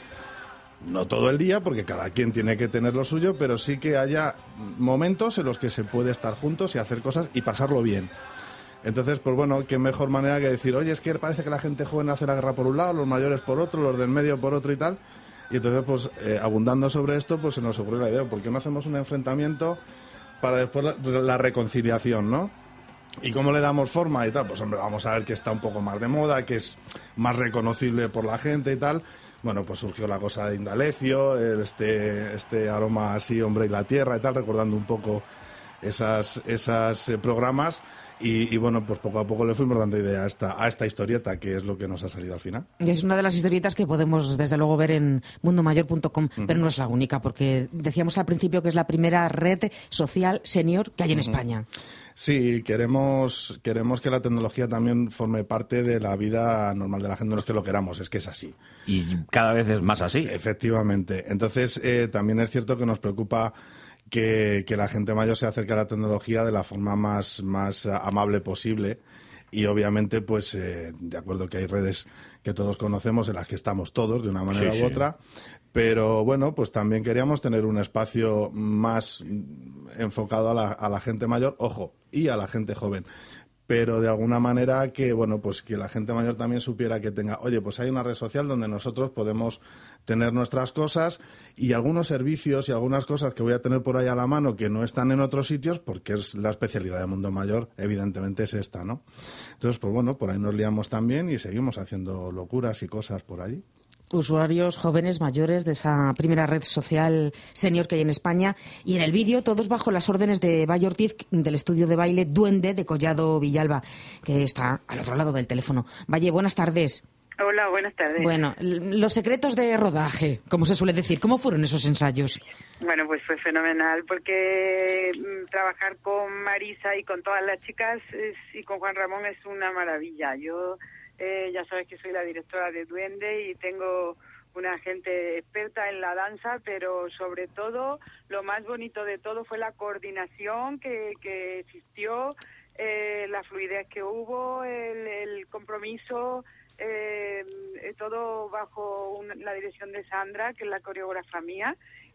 No todo el día, porque cada quien tiene que tener lo suyo, pero sí que haya momentos en los que se puede estar juntos y hacer cosas y pasarlo bien. Entonces, pues bueno, qué mejor manera que decir, oye, es que parece que la gente joven hace la guerra por un lado, los mayores por otro, los del medio por otro y tal. Y entonces, pues eh, abundando sobre esto, pues se nos ocurrió la idea, ¿por qué no hacemos un enfrentamiento para después la, la reconciliación, ¿no? ¿Y cómo le damos forma y tal? Pues hombre, vamos a ver que está un poco más de moda, que es más reconocible por la gente y tal. Bueno, pues surgió la cosa de Indalecio, el- este, este aroma así, hombre y la tierra y tal, recordando un poco esas, esas eh, programas. Y, y bueno, pues poco a poco le fuimos dando idea a esta, a esta historieta, que es lo que nos ha salido al final. Y es una de las historietas que podemos, desde luego, ver en mundo mayor punto com, pero no es la única, porque decíamos al principio que es la primera red social senior que hay en Ujú. España. Sí, queremos, queremos que la tecnología también forme parte de la vida normal de la gente, no es que lo queramos, es que es así. Y cada vez es más así. Efectivamente. Entonces, eh, también es cierto que nos preocupa que, que la gente mayor se acerque a la tecnología de la forma más, más eh, amable posible. Y obviamente, pues, eh, de acuerdo que hay redes que todos conocemos en las que estamos todos de una manera Sí, u sí. otra. Pero bueno, pues también queríamos tener un espacio más mm, enfocado a la, a la gente mayor, ojo, y a la gente joven. Pero de alguna manera que, bueno, pues que la gente mayor también supiera que tenga, oye, pues hay una red social donde nosotros podemos tener nuestras cosas y algunos servicios y algunas cosas que voy a tener por ahí a la mano que no están en otros sitios, porque es la especialidad de Mundo Mayor, evidentemente es esta, ¿no? Entonces, pues bueno, por ahí nos liamos también y seguimos haciendo locuras y cosas por allí. Usuarios jóvenes, mayores de esa primera red social senior que hay en España. Y en el vídeo, todos bajo las órdenes de Valle Ortiz, del estudio de baile Duende de Collado Villalba, que está al otro lado del teléfono. Valle, buenas tardes. Hola, buenas tardes. Bueno, l- los secretos de rodaje, como se suele decir, ¿cómo fueron esos ensayos? Bueno, pues fue fenomenal porque mm, trabajar con Marisa y con todas las chicas es- y con Juan Ramón es una maravilla. Yo eh, ya sabes que soy la directora de Duende y tengo una gente experta en la danza, pero sobre todo lo más bonito de todo fue la coordinación que, que existió, eh, la fluidez que hubo, el, el compromiso, eh, eh, todo bajo un- la dirección de Sandra, que es la coreógrafa mía.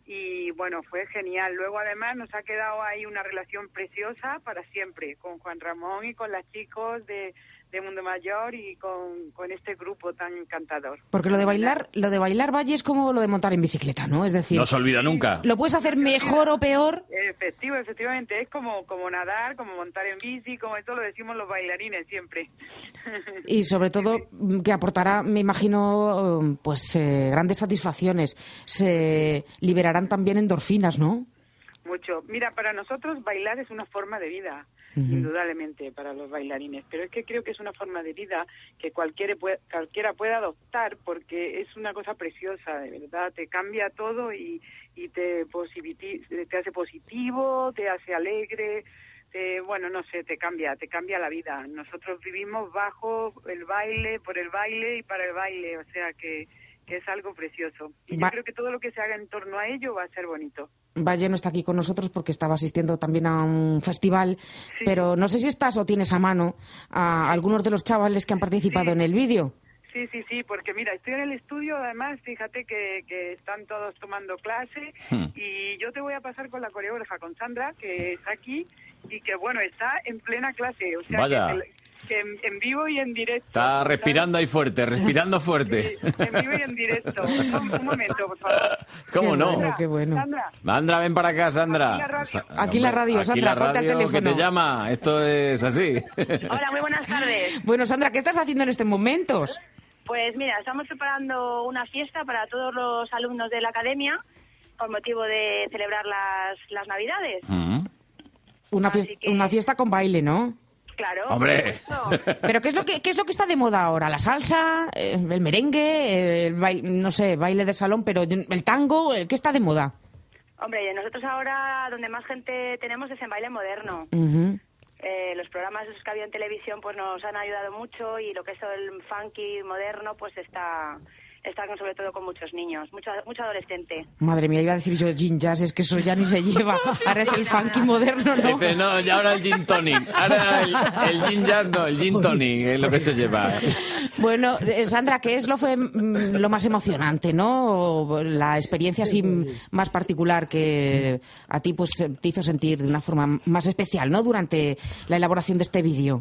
y bueno, fue genial. Luego además nos ha quedado ahí una relación preciosa para siempre con Juan Ramón y con los chicos de, de Mundo Mayor y con, con este grupo tan encantador. Porque lo de bailar, lo de bailar Valle es como lo de montar en bicicleta, ¿no? Es decir, no se olvida nunca. Lo puedes hacer mejor o peor. Efectivo, efectivamente, es como, como nadar, como montar en bici, como esto lo decimos los bailarines siempre. Y sobre todo que aportará, me imagino, pues eh, grandes satisfacciones. Se liberarán también endorfinas, ¿no? Mucho. Mira, para nosotros bailar es una forma de vida, uh-huh. indudablemente, para los bailarines. Pero es que creo que es una forma de vida que cualquiera puede, cualquiera puede adoptar, porque es una cosa preciosa, de verdad. Te cambia todo y, y te, posiviti- te hace positivo, te hace alegre, te, bueno, no sé, te cambia, te cambia la vida. Nosotros vivimos bajo el baile, por el baile y para el baile, o sea que... que es algo precioso. Y Va- yo creo que todo lo que se haga en torno a ello va a ser bonito. Valle no está aquí con nosotros porque estaba asistiendo también a un festival, sí. Pero no sé si estás o tienes a mano a algunos de los chavales que han participado sí. en el vídeo. Sí, sí, sí, porque mira, estoy en el estudio, además, fíjate que, que están todos tomando clase hmm. y yo te voy a pasar con la coreógrafa, con Sandra, que está aquí y que, bueno, está en plena clase. O sea, Vaya. Que, que en, en vivo y en directo. Está respirando ahí fuerte, respirando fuerte. Sí, en vivo y en directo. Un, un momento, por favor. ¿Cómo qué no? Bueno, qué bueno. Sandra. Sandra, ven para acá, Sandra. Aquí la radio, aquí la la radio Sandra, radio, ponte al teléfono. Que te llama, esto es así. Hola, muy buenas tardes. Bueno, Sandra, ¿qué estás haciendo en estos momentos? Pues mira, estamos preparando una fiesta para todos los alumnos de la academia con motivo de celebrar las, las Navidades. Mm. Una, fiesta, que... una fiesta con baile, ¿no? Claro. ¡Hombre! ¿Pero qué es lo que qué es lo que está de moda ahora? ¿La salsa, el merengue, el baile, no sé, baile de salón, pero el tango? ¿Qué está de moda? Hombre, nosotros ahora donde más gente tenemos es en baile moderno. Uh-huh. Eh, los programas esos que había en televisión pues nos han ayudado mucho y lo que es el funky moderno pues está... está con, sobre todo con muchos niños, mucho, mucho adolescente. Madre mía, iba a decir yo gin jazz, es que eso ya ni se lleva. Ahora es el funky moderno, ¿no? Dice, no, ya ahora el gin tonic. Ahora el, el gin jazz no, el gin tonic es lo que se lleva. Bueno, eh, Sandra, ¿qué es lo fue mm, lo más emocionante, no? O la experiencia así más particular que a ti pues te hizo sentir de una forma más especial, ¿no? Durante la elaboración de este vídeo.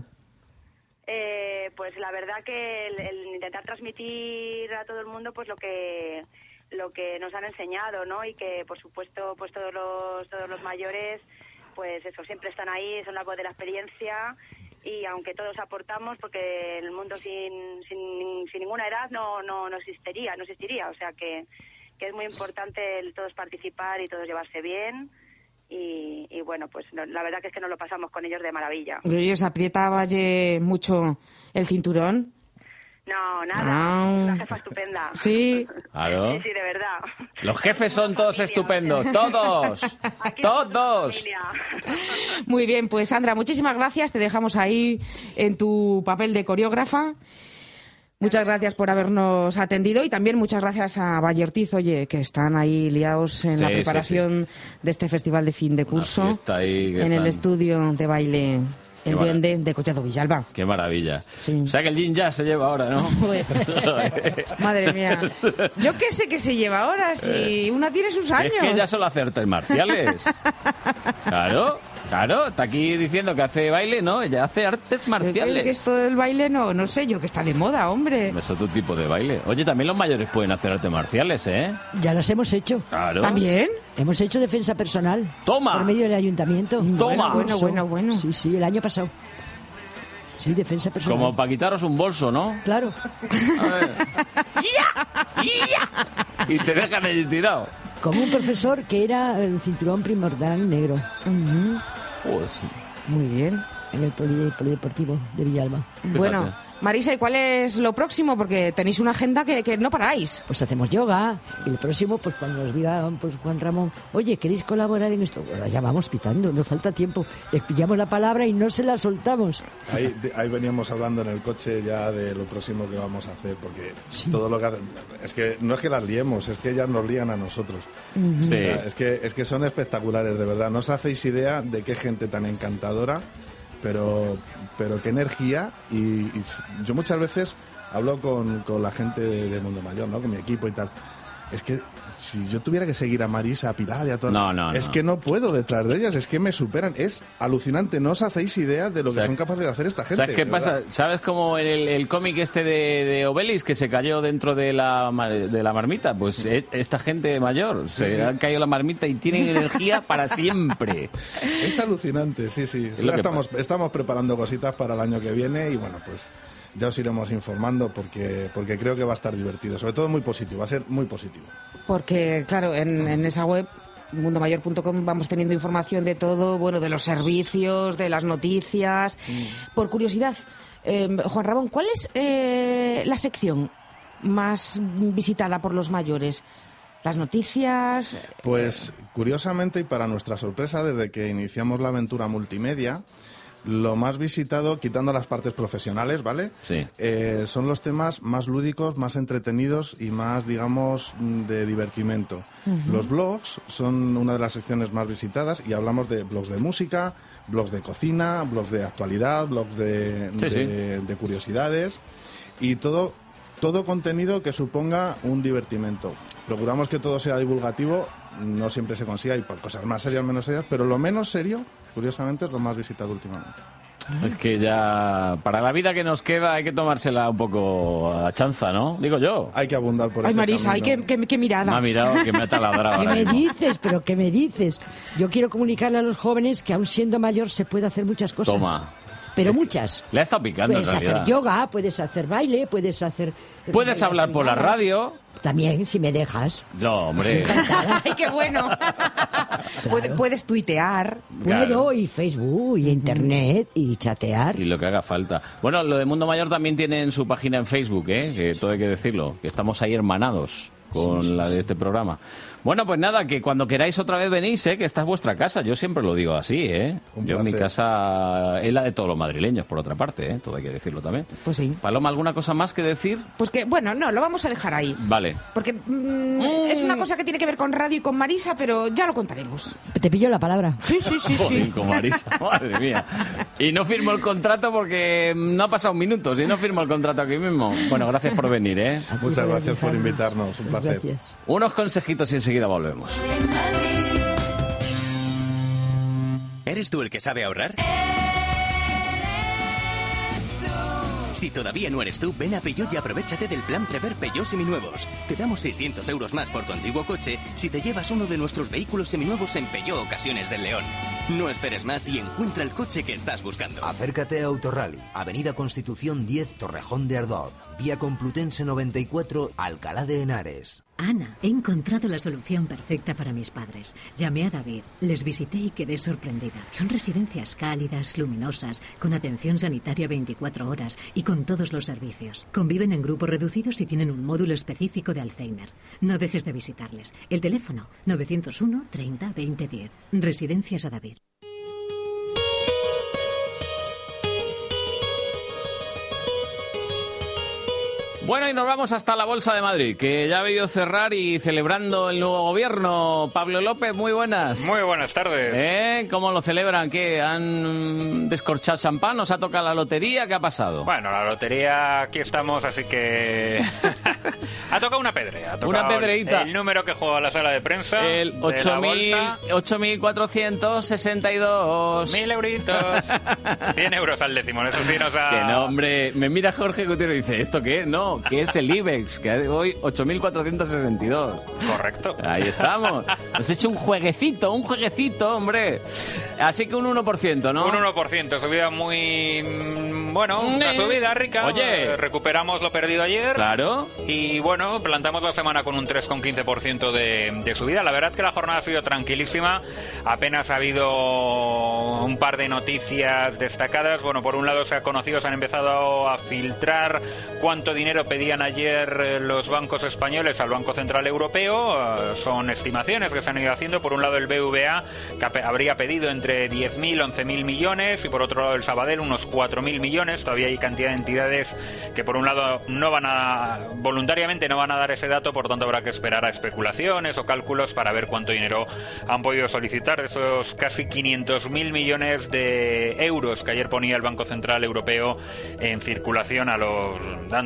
Eh, pues la verdad que el, el intentar transmitir a todo el mundo pues lo que lo que nos han enseñado, ¿no? Y que por supuesto pues todos los todos los mayores pues eso siempre están ahí, son la voz de la experiencia y aunque todos aportamos porque el mundo sin sin, sin ninguna edad no, no no existiría, no existiría, o sea que que es muy importante el todos participar y todos llevarse bien. Y, y bueno, pues no, la verdad que es que nos lo pasamos con ellos de maravilla. ¿Y os aprieta Valle mucho el cinturón? No, nada, Ah. una jefa estupenda. Sí. Claro. Sí, sí, de verdad. Los jefes son todos estupendos, todos, todos. Muy bien, pues Sandra, muchísimas gracias. Te dejamos ahí en tu papel de coreógrafa. Muchas gracias por habernos atendido y también muchas gracias a Valle Ortiz, oye, que están ahí liados en Sí, la sí, preparación sí. de este festival de fin de curso fiesta ahí que en el están- estudio de baile Qué El mara- Duende de Collado Villalba. Qué maravilla. O sea que el gin jazz se lleva ahora, ¿no? Madre mía. Yo qué sé que se lleva ahora, si una tiene sus años. Es que ya solo hace artes marciales. Claro, claro. Está aquí diciendo que hace baile, ¿no? Ella hace artes Que marciales. esto del baile no, no sé yo, que está de moda, hombre. Es otro tipo de baile. Oye, también los mayores pueden hacer artes marciales, ¿eh? Ya las hemos hecho. Claro. ¿También? Hemos hecho defensa personal. ¡Toma! Por medio del ayuntamiento. ¡Toma! Bueno, bueno, bueno. Sí, sí, el año pasado. Sí, defensa personal. Como para quitaros un bolso, ¿no? Claro. A ver. Y te dejan allí tirado. Como un profesor que era el cinturón primordial negro. Pues, Muy bien. En el poli- polideportivo de Villalba. Bueno, Marisa, ¿y cuál es lo próximo? Porque tenéis una agenda que, que no paráis. Pues hacemos yoga. Y el próximo, pues cuando nos diga pues, Juan Ramón, oye, ¿queréis colaborar en esto? Pues ya vamos pitando, nos falta tiempo. Les pillamos la palabra y no se la soltamos. Ahí, de- ahí veníamos hablando en el coche ya de lo próximo que vamos a hacer, porque todo lo que hace- es que no es que las liemos, es que ellas nos lían a nosotros. Ujú. O sea, Sí. es que es que son espectaculares, de verdad. No os hacéis idea de qué gente tan encantadora, pero pero qué energía. Y, y s- yo muchas veces hablo con, con la gente de, de Mundo Mayor, ¿no? Con mi equipo y tal. es que si yo tuviera que seguir a Marisa, a Pilar y a todas, no, no, es no. que no puedo detrás de ellas, es que me superan. Es alucinante, no os hacéis idea de lo que ¿Sabes? son capaces de hacer esta gente. ¿Sabes qué pasa? ¿Sabes cómo el, el cómic este de, de Obelix que se cayó dentro de la, de la marmita? Pues e- esta gente mayor se Sí, sí. ha caído la marmita y tienen energía para siempre. Es alucinante, sí, sí. lo Ya que estamos, estamos preparando cositas para el año que viene y bueno, pues ya os iremos informando porque, porque creo que va a estar divertido, sobre todo muy positivo, va a ser muy positivo. Porque, claro, en, en esa web, mundo mayor punto com, vamos teniendo información de todo, bueno, de los servicios, de las noticias. Mm. Por curiosidad, eh, Juan Ramón, ¿cuál es eh, la sección más visitada por los mayores? ¿Las noticias? Pues curiosamente y para nuestra sorpresa, desde que iniciamos la aventura multimedia, lo más visitado, quitando las partes profesionales, ¿vale? Sí. Eh, son los temas más lúdicos, más entretenidos y más, digamos, de divertimento. Uh-huh. Los blogs son una de las secciones más visitadas y hablamos de blogs de música, blogs de cocina, blogs de actualidad, blogs de, Sí, de, sí. de curiosidades y todo, todo contenido que suponga un divertimento. Procuramos que todo sea divulgativo, no siempre se consigue, hay por cosas más serias, menos serias, pero lo menos serio, curiosamente, es lo más visitado últimamente. Es que ya, para la vida que nos queda, hay que tomársela un poco a chanza, ¿no? Digo yo. Hay que abundar por Ay, ese Marisa, ay, camino. qué, qué, qué mirada. Me ha mirado, que me ha taladrado. ¿Qué ahora me mismo. dices? ¿Pero qué me dices? Yo quiero comunicarle a los jóvenes que aun siendo mayor se puede hacer muchas cosas. Toma. Pero muchas. Le ha estado picando, Puedes en hacer realidad. yoga, puedes hacer baile, puedes hacer... Puedes hablar por la radio. También, si me dejas. No, hombre. Ay, qué bueno. Puedes, puedes tuitear. Claro. Puedo, y Facebook, y Internet, y chatear. Y lo que haga falta. Bueno, lo de Mundo Mayor también tienen su página en Facebook, ¿eh? Que todo hay que decirlo. Que estamos ahí hermanados con sí, sí, la de este programa. Bueno, pues nada, que cuando queráis otra vez venís, ¿eh? Que esta es vuestra casa. Yo siempre lo digo así, ¿eh? Un Yo, mi placer. casa es la de todos los madrileños, por otra parte, ¿eh? Todo hay que decirlo también. Pues sí. Paloma, ¿alguna cosa más que decir? Pues que, bueno, no, lo vamos a dejar ahí. Vale. Porque mm, es una cosa que tiene que ver con radio y con Marisa, pero ya lo contaremos. Te pillo la palabra. Sí, sí, sí, Joder, sí. con Marisa, madre mía. Y no firmo el contrato porque no ha pasado un minuto. Si no firmo el contrato aquí mismo. Bueno, gracias por venir, ¿eh? Muchas gracias por invitarnos, un placer. Gracias. Unos consejitos y enseguida volvemos. ¿Eres tú el que sabe ahorrar? Si todavía no eres tú, ven a Peugeot y aprovéchate del plan Prever Peugeot Seminuevos. Te damos seiscientos euros más por tu antiguo coche si te llevas uno de nuestros vehículos seminuevos en Peugeot Ocasiones del León. No esperes más y encuentra el coche que estás buscando. Acércate a Autorally, Avenida Constitución diez, Torrejón de Ardoz, Vía Complutense noventa y cuatro, Alcalá de Henares. Ana, he encontrado la solución perfecta para mis padres. Llamé a David, les visité y quedé sorprendida. Son residencias cálidas, luminosas, con atención sanitaria veinticuatro horas y con todos los servicios. Conviven en grupos reducidos y tienen un módulo específico de Alzheimer. No dejes de visitarles. El teléfono nueve cero uno, treinta, veinte, diez. Residencias a David. Bueno, y nos vamos hasta la Bolsa de Madrid, que ya ha habido cerrar y celebrando el nuevo gobierno. Pablo López, muy buenas. Muy buenas tardes. ¿Eh? ¿Cómo lo celebran? ¿Qué? ¿Han descorchado champán? ¿Nos ha tocado la lotería? ¿Qué ha pasado? Bueno, la lotería, aquí estamos, así que... ha tocado una pedrea. Ha tocado Una pedreíta. El número que juega la sala de prensa. El de la bolsa. ocho mil cuatrocientos sesenta y dos. Mil euritos. cien euros al décimo, eso sí nos ha... Que no, hombre. Me mira Jorge Gutiérrez y dice, ¿esto qué? No, que es el IBEX, que hoy ocho mil cuatrocientos sesenta y dos. Correcto. Ahí estamos. Nos he hecho un jueguecito, un jueguecito, hombre. Así que un uno por ciento, ¿no? Un uno por ciento, subida muy... Bueno, una subida rica. Oye. Recuperamos lo perdido ayer. Claro. Y bueno, plantamos la semana con un tres coma quince por ciento de, de subida. La verdad que la jornada ha sido tranquilísima. Apenas ha habido un par de noticias destacadas. Bueno, por un lado se ha conocido, se han empezado a filtrar cuánto dinero pedían ayer los bancos españoles al Banco Central Europeo. Son estimaciones que se han ido haciendo. Por un lado el B B V A, que habría pedido entre diez mil, once mil millones, y por otro lado el Sabadell unos cuatro mil millones. Todavía hay cantidad de entidades que por un lado no van a, voluntariamente no van a dar ese dato, por tanto habrá que esperar a especulaciones o cálculos para ver cuánto dinero han podido solicitar de esos casi quinientos mil millones de euros que ayer ponía el Banco Central Europeo en circulación, a los dando ese préstamo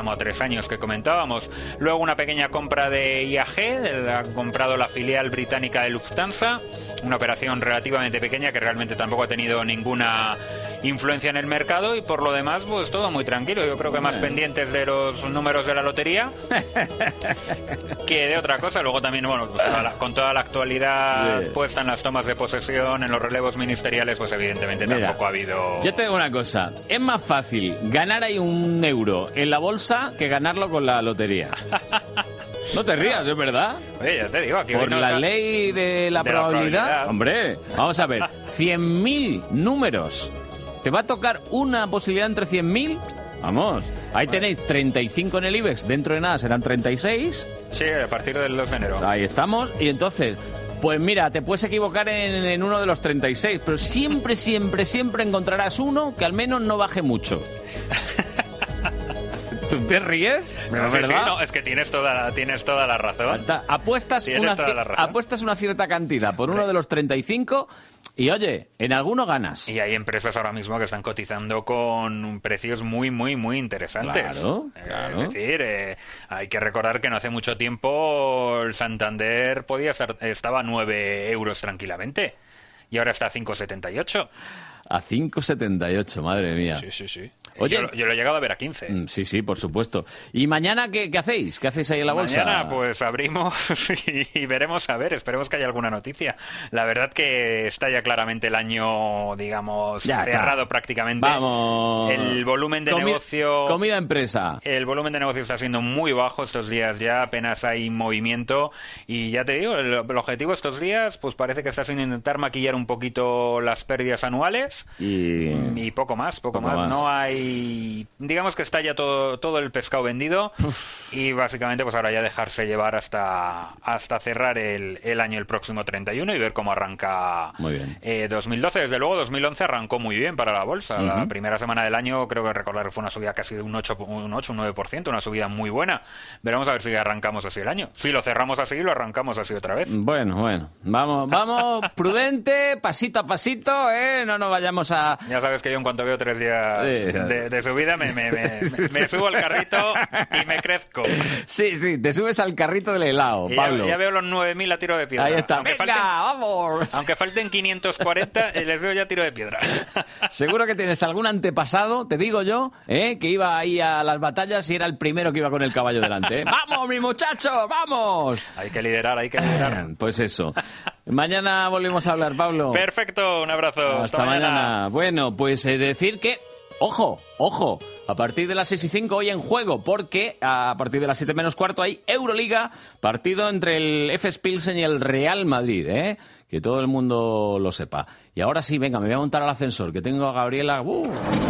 préstamo a tres años que comentábamos. Luego una pequeña compra de I A G, ha comprado la filial británica de Lufthansa, una operación relativamente pequeña que realmente tampoco ha tenido ninguna influencia en el mercado, y por lo demás pues todo muy tranquilo. Yo creo que más pendientes de los números de la lotería que de otra cosa. Luego también, bueno, pues, toda la, con toda la actualidad yeah. puesta en las tomas de posesión, en los relevos ministeriales, pues evidentemente Mira, tampoco ha habido... Yo te digo una cosa, es más fácil ganar ahí un euro en la bolsa que ganarlo con la lotería. No te rías, es verdad. Oye, ya te digo, aquí por la ley de la, de probabilidad, la probabilidad. Hombre, vamos a ver, cien mil números. ¿Te va a tocar una posibilidad entre cien mil? Vamos, ahí tenéis treinta y cinco en el IBEX, dentro de nada serán treinta y seis. Sí, a partir del dos de enero. Ahí estamos, y entonces, pues mira, te puedes equivocar en, en uno de los treinta y seis, pero siempre, siempre, siempre encontrarás uno que al menos no baje mucho. ¿Tú te ríes? No, sí, sí, no, es que tienes toda la, tienes toda la razón. Falta, apuestas, una, toda la razón. apuestas una cierta cantidad por uno de los treinta y cinco y, oye, en alguno ganas. Y hay empresas ahora mismo que están cotizando con precios muy, muy, muy interesantes. Claro, claro. Es decir, eh, hay que recordar que no hace mucho tiempo el Santander podía estar, estaba a nueve euros tranquilamente y ahora está a cinco setenta y ocho. A cinco setenta y ocho, madre mía. Sí, sí, sí. Oye, yo, yo lo he llegado a ver a quince. Sí, sí, por supuesto. ¿Y mañana qué, qué hacéis? ¿Qué hacéis ahí en la bolsa? Mañana pues abrimos y, y veremos a ver, esperemos que haya alguna noticia. La verdad que está ya claramente el año, digamos, ya cerrado está. prácticamente. Vamos. El volumen de Comi negocio... Comida empresa. El volumen de negocio está siendo muy bajo estos días ya, apenas hay movimiento. Y ya te digo, el, el objetivo estos días pues parece que está sin intentar maquillar un poquito las pérdidas anuales. Y, y poco más, poco, poco más. más. No hay... Digamos que está ya todo, todo el pescado vendido. Uf. Y básicamente pues ahora ya dejarse llevar hasta, hasta cerrar el, el año el próximo treinta y uno y ver cómo arranca muy bien. Eh, dos mil doce. Desde luego dos mil once arrancó muy bien para la bolsa. Uh-huh. La primera semana del año creo que recordar que fue una subida casi de un ocho, un ocho, un nueve por ciento, una subida muy buena. Veremos a ver si arrancamos así el año. Si lo cerramos así, lo arrancamos así otra vez. Bueno, bueno. Vamos, vamos, prudente, pasito a pasito, ¿eh? No nos vayamos a... Ya sabes que yo en cuanto veo tres días sí, de, de subida me, me, me, me subo al carrito y me crezco. Sí, sí, te subes al carrito del helado, y Pablo. Ya, ya veo los nueve mil a tiro de piedra. Ahí está. Aunque ¡Venga, falten, vamos! Aunque falten quinientos cuarenta, les veo ya tiro de piedra. Seguro que tienes algún antepasado, te digo yo, ¿eh? Que iba ahí a las batallas y era el primero que iba con el caballo delante. ¿eh? ¡Vamos, mi muchacho, vamos! Hay que liderar, hay que liderar. Pues eso. Mañana volvemos a hablar, Pablo. Perfecto, un abrazo. Hasta, Hasta mañana. mañana. Bueno, pues eh, decir que... Ojo, ojo, a partir de las seis y cinco hoy en juego, porque a partir de las siete menos cuarto hay Euroliga, partido entre el F S Pilsen y el Real Madrid, ¿eh? Que todo el mundo lo sepa. Y ahora sí, venga, me voy a montar al ascensor, que tengo a Gabriela... ¡Uh!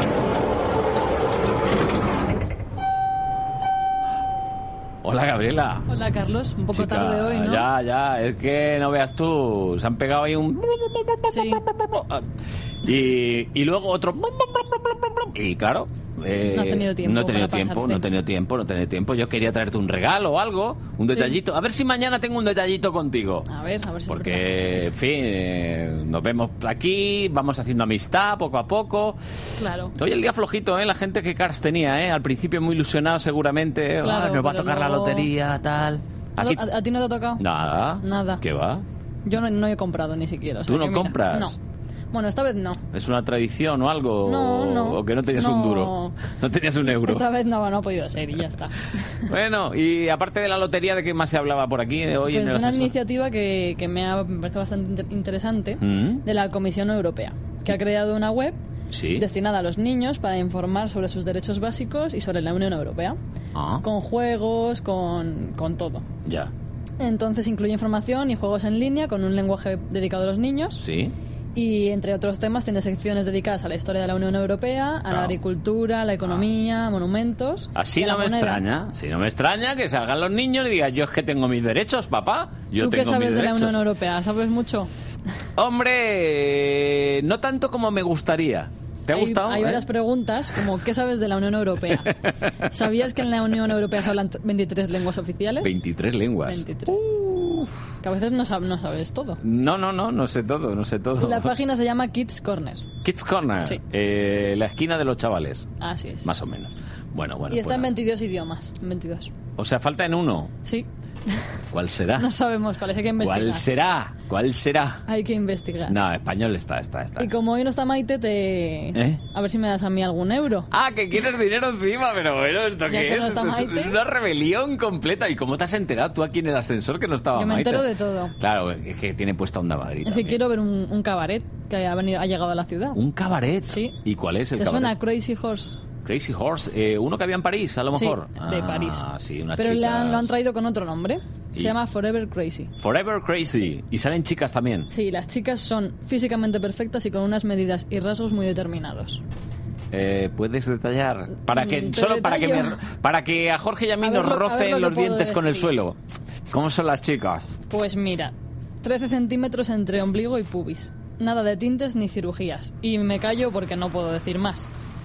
Hola, Gabriela. Hola, Carlos. Un poco Chica, tarde hoy, ¿no? Ya, ya. Es que no veas tú. Se han pegado ahí un... Sí. Y, y luego otro... Y claro... Eh, no has tenido tiempo. No he tenido tiempo, no he tenido tiempo, no he tenido tiempo. Yo quería traerte un regalo o algo, un detallito. Sí. A ver si mañana tengo un detallito contigo. A ver, a ver si Porque, en fin, eh, nos vemos aquí, vamos haciendo amistad poco a poco. Claro. Hoy el día flojito, ¿eh? La gente que caras tenía, ¿eh? Al principio muy ilusionado seguramente. ¿eh? Claro, ah, nos va a tocar luego... la lotería, tal. Aquí... ¿A, ¿A ti no te ha tocado? Nada. Nada. ¿Qué va? Yo no, no he comprado ni siquiera. O sea, ¿Tú no que, mira, compras? No. Bueno, esta vez no. ¿Es una tradición o algo? No, no. ¿O que no tenías no. un duro? ¿No tenías un euro? Esta vez no, no ha podido ser y ya está. Bueno, y aparte de la lotería, ¿de qué más se hablaba por aquí hoy? Pues en el es una ascensor? iniciativa que, que me ha parecido bastante interesante ¿Mm? de la Comisión Europea, que ha creado una web ¿Sí? destinada a los niños para informar sobre sus derechos básicos y sobre la Unión Europea. Ah. Con juegos, con, con todo. Ya. Entonces incluye información y juegos en línea con un lenguaje dedicado a los niños. Sí. Y entre otros temas tiene secciones dedicadas a la historia de la Unión Europea, a claro. la agricultura, la economía, ah. monumentos. Así no me moneda. extraña, así no me extraña que salgan los niños y digan, yo es que tengo mis derechos, papá. Yo ¿Tú tengo qué sabes mis de derechos. la Unión Europea? ¿Sabes mucho? Hombre, eh, no tanto como me gustaría. ¿Te ha hay, gustado? Hay ¿eh? varias preguntas, como ¿qué sabes de la Unión Europea? ¿Sabías que en la Unión Europea se hablan veintitrés lenguas oficiales? veintitrés lenguas. veintitrés. Uf. Que a veces no, sab no sabes todo. No, no, no, no sé todo, no sé todo. La página se llama Kids Corner. Kids Corner, sí. eh, la esquina de los chavales. Así es. Más o menos. Bueno, bueno. y está pues en nada. veintidós idiomas. En veintidós. O sea, falta en uno. Sí. ¿Cuál será? No sabemos cuál es, hay que investigar. ¿Cuál será? ¿Cuál será? Hay que investigar. No, español está, está, está. Y como hoy no está Maite, te... ¿Eh? A ver si me das a mí algún euro. Ah, que quieres dinero encima, pero bueno, ¿esto Ya qué que es? no está Esto es Maite. una rebelión completa. ¿Y cómo te has enterado tú aquí en el ascensor que no estaba Yo me Maite? entero de todo. Claro, es que tiene puesta Onda Madrid Es que también. quiero ver un, un cabaret que ha, venido, ha llegado a la ciudad. ¿Un cabaret? Sí. ¿Y cuál es el ¿Te cabaret? suena Crazy Horse? Crazy Horse. Eh, uno que había en París, a lo Sí, mejor. de Ah, París. sí, unas Pero le han- chicas. lo han traído con otro nombre. ¿Y? Se llama Forever Crazy. Forever Crazy. Y salen chicas también. Sí, las chicas son físicamente perfectas y con unas medidas y rasgos muy determinados. Eh, ¿Puedes detallar? Para que, Mm, te solo para que, me- detallo. para que a Jorge y a mí A nos ver lo- a ver lo rocen que los puedo dientes con el decir. suelo. ¿Cómo son las chicas? Pues mira, trece centímetros entre ombligo y pubis. Nada de tintes ni cirugías. Y me callo porque no puedo decir más.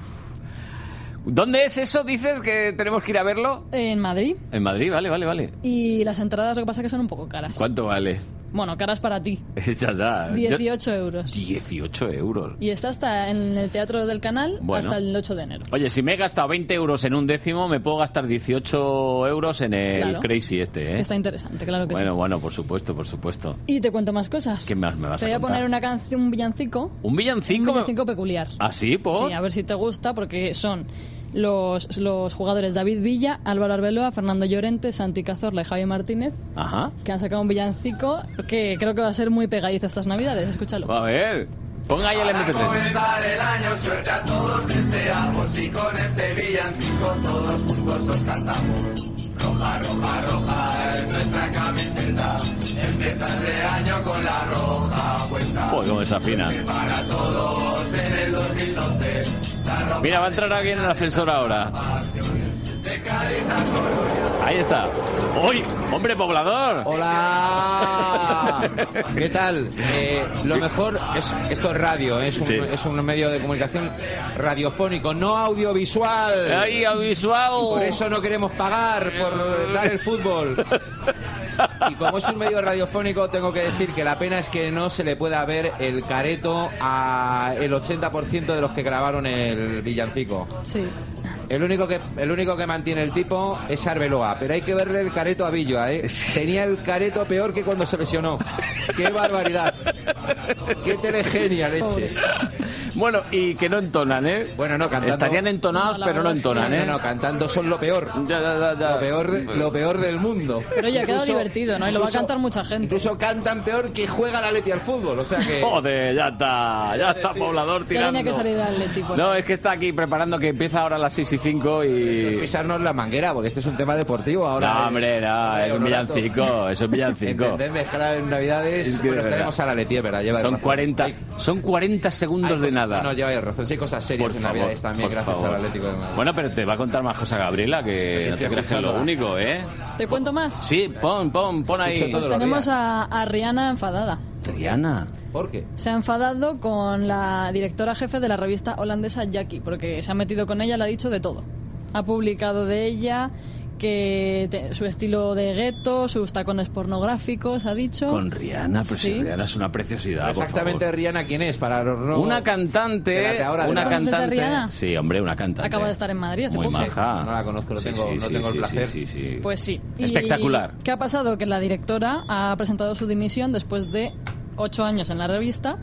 ¿Dónde es eso? ¿Dices que tenemos que ir a verlo? En Madrid. En Madrid, vale, vale, vale. Y las entradas lo que pasa es que son un poco caras. ¿Cuánto vale? Bueno, caras para ti. ya, ya. Yo- dieciocho euros. dieciocho euros. Y está hasta en el Teatro del Canal Bueno. hasta el ocho de enero. Oye, si me he gastado veinte euros en un décimo, me puedo gastar dieciocho euros en el Claro. Crazy este, ¿eh? Está interesante, claro que bueno, sí. bueno, por supuesto, por supuesto. Y te cuento más cosas. ¿Qué más me vas Te a voy a contar? poner una canción, un villancico. ¿Un villancico? Un villancico peculiar. ¿Ah, sí? ¿Por? Sí, a ver si te gusta, porque son los, los jugadores David Villa, Álvaro Arbeloa, Fernando Llorente, Santi Cazorla y Javi Martínez, Ajá. que han sacado un villancico que creo que va a ser muy pegadizo estas navidades. Escúchalo. A ver, ponga ahí el eme pe tres. Comenzar el año, suerte a todos deseamos y con este villancico todos juntos os cantamos. Roja, roja, roja es nuestra camiseta, empieza el año con la roja puesta. Joder, cómo desafina. Para todos en el dos mil doce, la roja Mira, va a entrar alguien en el ascensor ahora. de Cádiz a Coruña. Ahí está. ¡Uy! ¡Hombre poblador! ¡Hola! ¿Qué tal? Eh, lo mejor es esto es radio, es un, Sí. es un medio de comunicación radiofónico, no audiovisual. ¡Ay, audiovisual! Por eso no queremos pagar por dar el fútbol. Y como es un medio radiofónico, tengo que decir que la pena es que no se le pueda ver el careto a el ochenta por ciento de los que grabaron el villancico. Sí. El único que el único que mantiene el tipo es Arbeloa, pero hay que verle el careto a Villoa, ¿eh? Tenía el careto peor que cuando se lesionó. ¡Qué barbaridad! ¡Qué telegenia, leches! Bueno, y que no entonan, ¿eh? Bueno, no, cantando... Estarían entonados, pero no entonan, ¿eh? No, no, cantando son lo peor. Ya, ya, ya, ya. Lo peor, de- lo peor del mundo. Pero ya ha quedado Incluso- divertido, ¿no? Y lo va a incluso- cantar mucha gente. Incluso cantan peor que juega la Atleti al fútbol, o sea que... Joder, ya está. Ya está poblador Ya tirando. tenía que salir al Atleti. No, es que está aquí preparando que empieza ahora a las seis y cinco y... Pisarnos la manguera, porque este es un tema deportivo ahora. No, eh. hombre, no, es un Hombre, Honorato. villancico, es un villancico. Entended, mezclar en Navidades, Es que de bueno, verdad. estaremos a la Atleti, es verdad, lleva Son razón. cuarenta, Hay- son cuarenta segundos hay de cosas- nada. No, no, lleva razón, sí hay cosas serias Por en favor, Navidades también, por gracias favor. al Atlético de Madrid. Bueno, pero te va a contar más cosas Gabriela, que no Estoy te creas que es lo escuchándola. único, ¿eh? ¿Te cuento más? Sí, pon, pon, pon ahí. Escucho Pues todos los tenemos días. a, a Rihanna enfadada. Rihanna. ¿Por qué? Se ha enfadado con la directora jefe de la revista holandesa Jackie, porque se ha metido con ella, le ha dicho de todo. Ha publicado de ella que te- su estilo de gueto, sus tacones pornográficos, ha dicho. Con Rihanna, pero si Sí. Rihanna es una preciosidad, por Exactamente favor. Rihanna, ¿quién es? Para los no... Una cantante, Espérate, ahora, una de la- ¿Conoces a cantante. Rihanna? Sí, hombre, una cantante. Acaba de estar en Madrid hace Muy poco. maja. No la conozco, no Sí, tengo- sí, no sí, tengo el sí, placer. Sí, sí, sí. Pues sí. Y Espectacular. ¿Qué ha pasado? Que la directora ha presentado su dimisión después de ocho años en la revista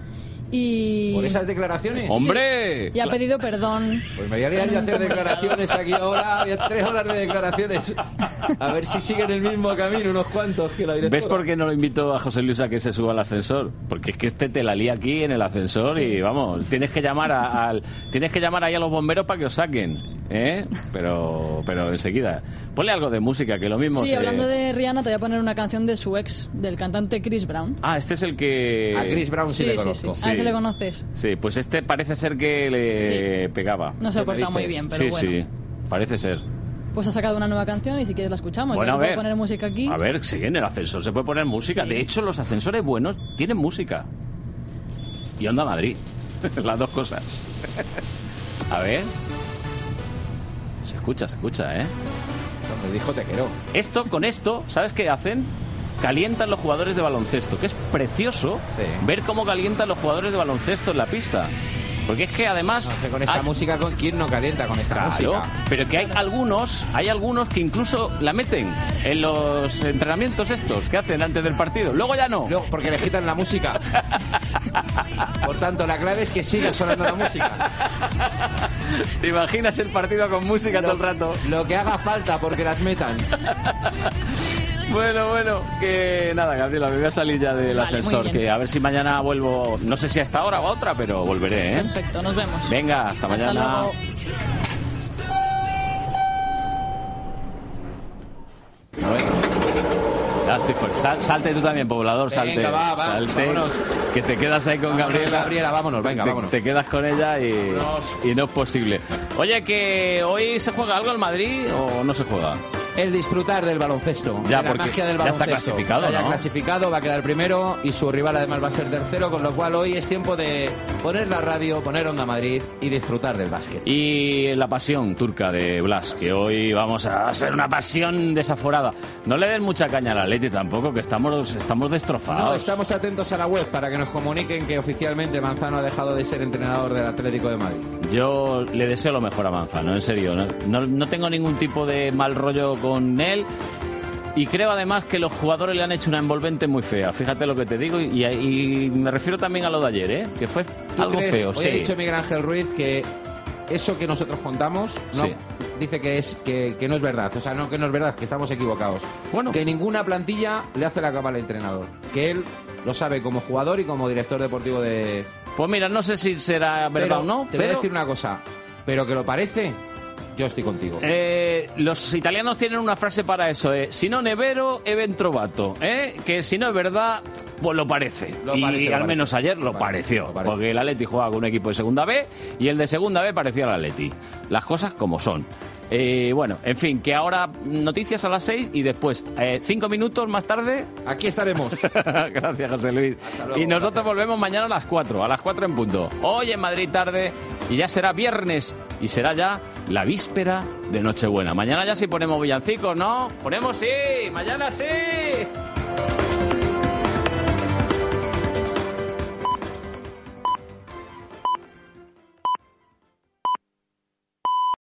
y... ¿Por esas declaraciones? ¡Hombre! Y ha pedido perdón. Pues me voy a liar yo a hacer declaraciones aquí ahora, voy a tres horas de declaraciones. A ver si siguen el mismo camino unos cuantos que la directora. ¿Ves por qué no lo invito a José Luis a que se suba al ascensor? Porque es que este te la lía aquí en el ascensor y vamos, tienes que llamar a, al, tienes que llamar ahí a los bomberos para que os saquen, ¿eh? Pero, pero enseguida. Ponle algo de música, que lo mismo Sí, se- hablando de Rihanna, te voy a poner una canción de su ex, del cantante Chris Brown. Ah, este es el que... A Chris Brown sí, Sí, le sí, conozco. sí. A ese le conoces. Sí, pues este parece ser que le pegaba. No se ha ¿Qué me portado muy dices? bien, pero Sí, bueno. sí, parece ser. Pues ha sacado una nueva canción y si quieres la escuchamos. Bueno, ya a que puedo ver. poner música aquí. A ver, sí, en el ascensor se puede poner música. Sí. De hecho, los ascensores buenos tienen música. Y Onda Madrid. Las dos cosas. A ver. Se escucha, se escucha, ¿eh? Me dijo te quiero. Esto, con esto, ¿sabes qué hacen? Calientan los jugadores de baloncesto, que es precioso Sí. ver cómo calientan los jugadores de baloncesto en la pista. Porque es que además... No sé, con esta hay... música, ¿con quién no calienta con esta Claro, música? pero que hay algunos, hay algunos que incluso la meten en los entrenamientos estos que hacen antes del partido. Luego ya no. Luego, porque le quitan la música. Por tanto, la clave es que siga sonando la música. ¿Te imaginas el partido con música lo, todo el rato? Lo que haga falta, porque las metan. Bueno, bueno, que nada, Gabriela, me voy a salir ya del Vale, ascensor, que a ver si mañana vuelvo, no sé si a esta hora o a otra, pero volveré, ¿eh? Perfecto, nos vemos. Venga, hasta, Hasta mañana. luego. Ya estoy fuera. Sal, salte tú también, poblador, salte. Venga, va, va, salte, vámonos. que te quedas ahí con Vámonos, Gabriela. Gabriela, vámonos, venga, te, vámonos. Te quedas con ella y, y no es posible. Oye, que hoy se juega algo en Madrid o no se juega. El disfrutar del baloncesto, Ya, de la porque magia del ya está baloncesto. clasificado, Está ya ¿no? clasificado, va a quedar primero y su rival además va a ser tercero, con lo cual hoy es tiempo de poner la radio, poner Onda Madrid y disfrutar del básquet. Y la pasión turca de Blas, que hoy vamos a hacer una pasión desaforada. No le den mucha caña al Atleti tampoco, que estamos, estamos destrozados. No, estamos atentos a la web para que nos comuniquen que oficialmente Manzano ha dejado de ser entrenador del Atlético de Madrid. Yo le deseo lo mejor a Manzano, en serio. No, no, no tengo ningún tipo de mal rollo con él. Y creo además que los jugadores le han hecho una envolvente muy fea. Fíjate lo que te digo. Y, y me refiero también a lo de ayer, ¿eh? Que fue algo crees? feo. Hoy Sí. ha dicho Miguel Ángel Ruiz que eso que nosotros contamos no, Sí. dice que es que, que no es verdad. O sea, no que no es verdad, que estamos equivocados. Bueno. Que ninguna plantilla le hace la cama al entrenador. Que él lo sabe como jugador y como director deportivo de... Pues mira, no sé si será verdad Pero o no. Te pero... voy a decir una cosa. Pero que lo parece, yo estoy contigo. Eh, los italianos tienen una frase para eso, eh, si no è vero, è ben trovato, eh, que si no es verdad, pues lo parece. Lo y parece, lo al menos parece. ayer lo, Lo pareció, lo parece. porque el Atleti jugaba con un equipo de segunda B y el de segunda B parecía el Atleti. Las cosas como son. Eh, bueno, en fin, que ahora noticias a las seis y después, eh, cinco minutos más tarde... Aquí estaremos. Gracias, José Luis. luego, y nosotros gracias. volvemos mañana a las cuatro, a las cuatro en punto. Hoy en Madrid tarde y ya será viernes y será ya la víspera de Nochebuena. Mañana ya sí ponemos villancicos, ¿no? Ponemos sí, mañana sí.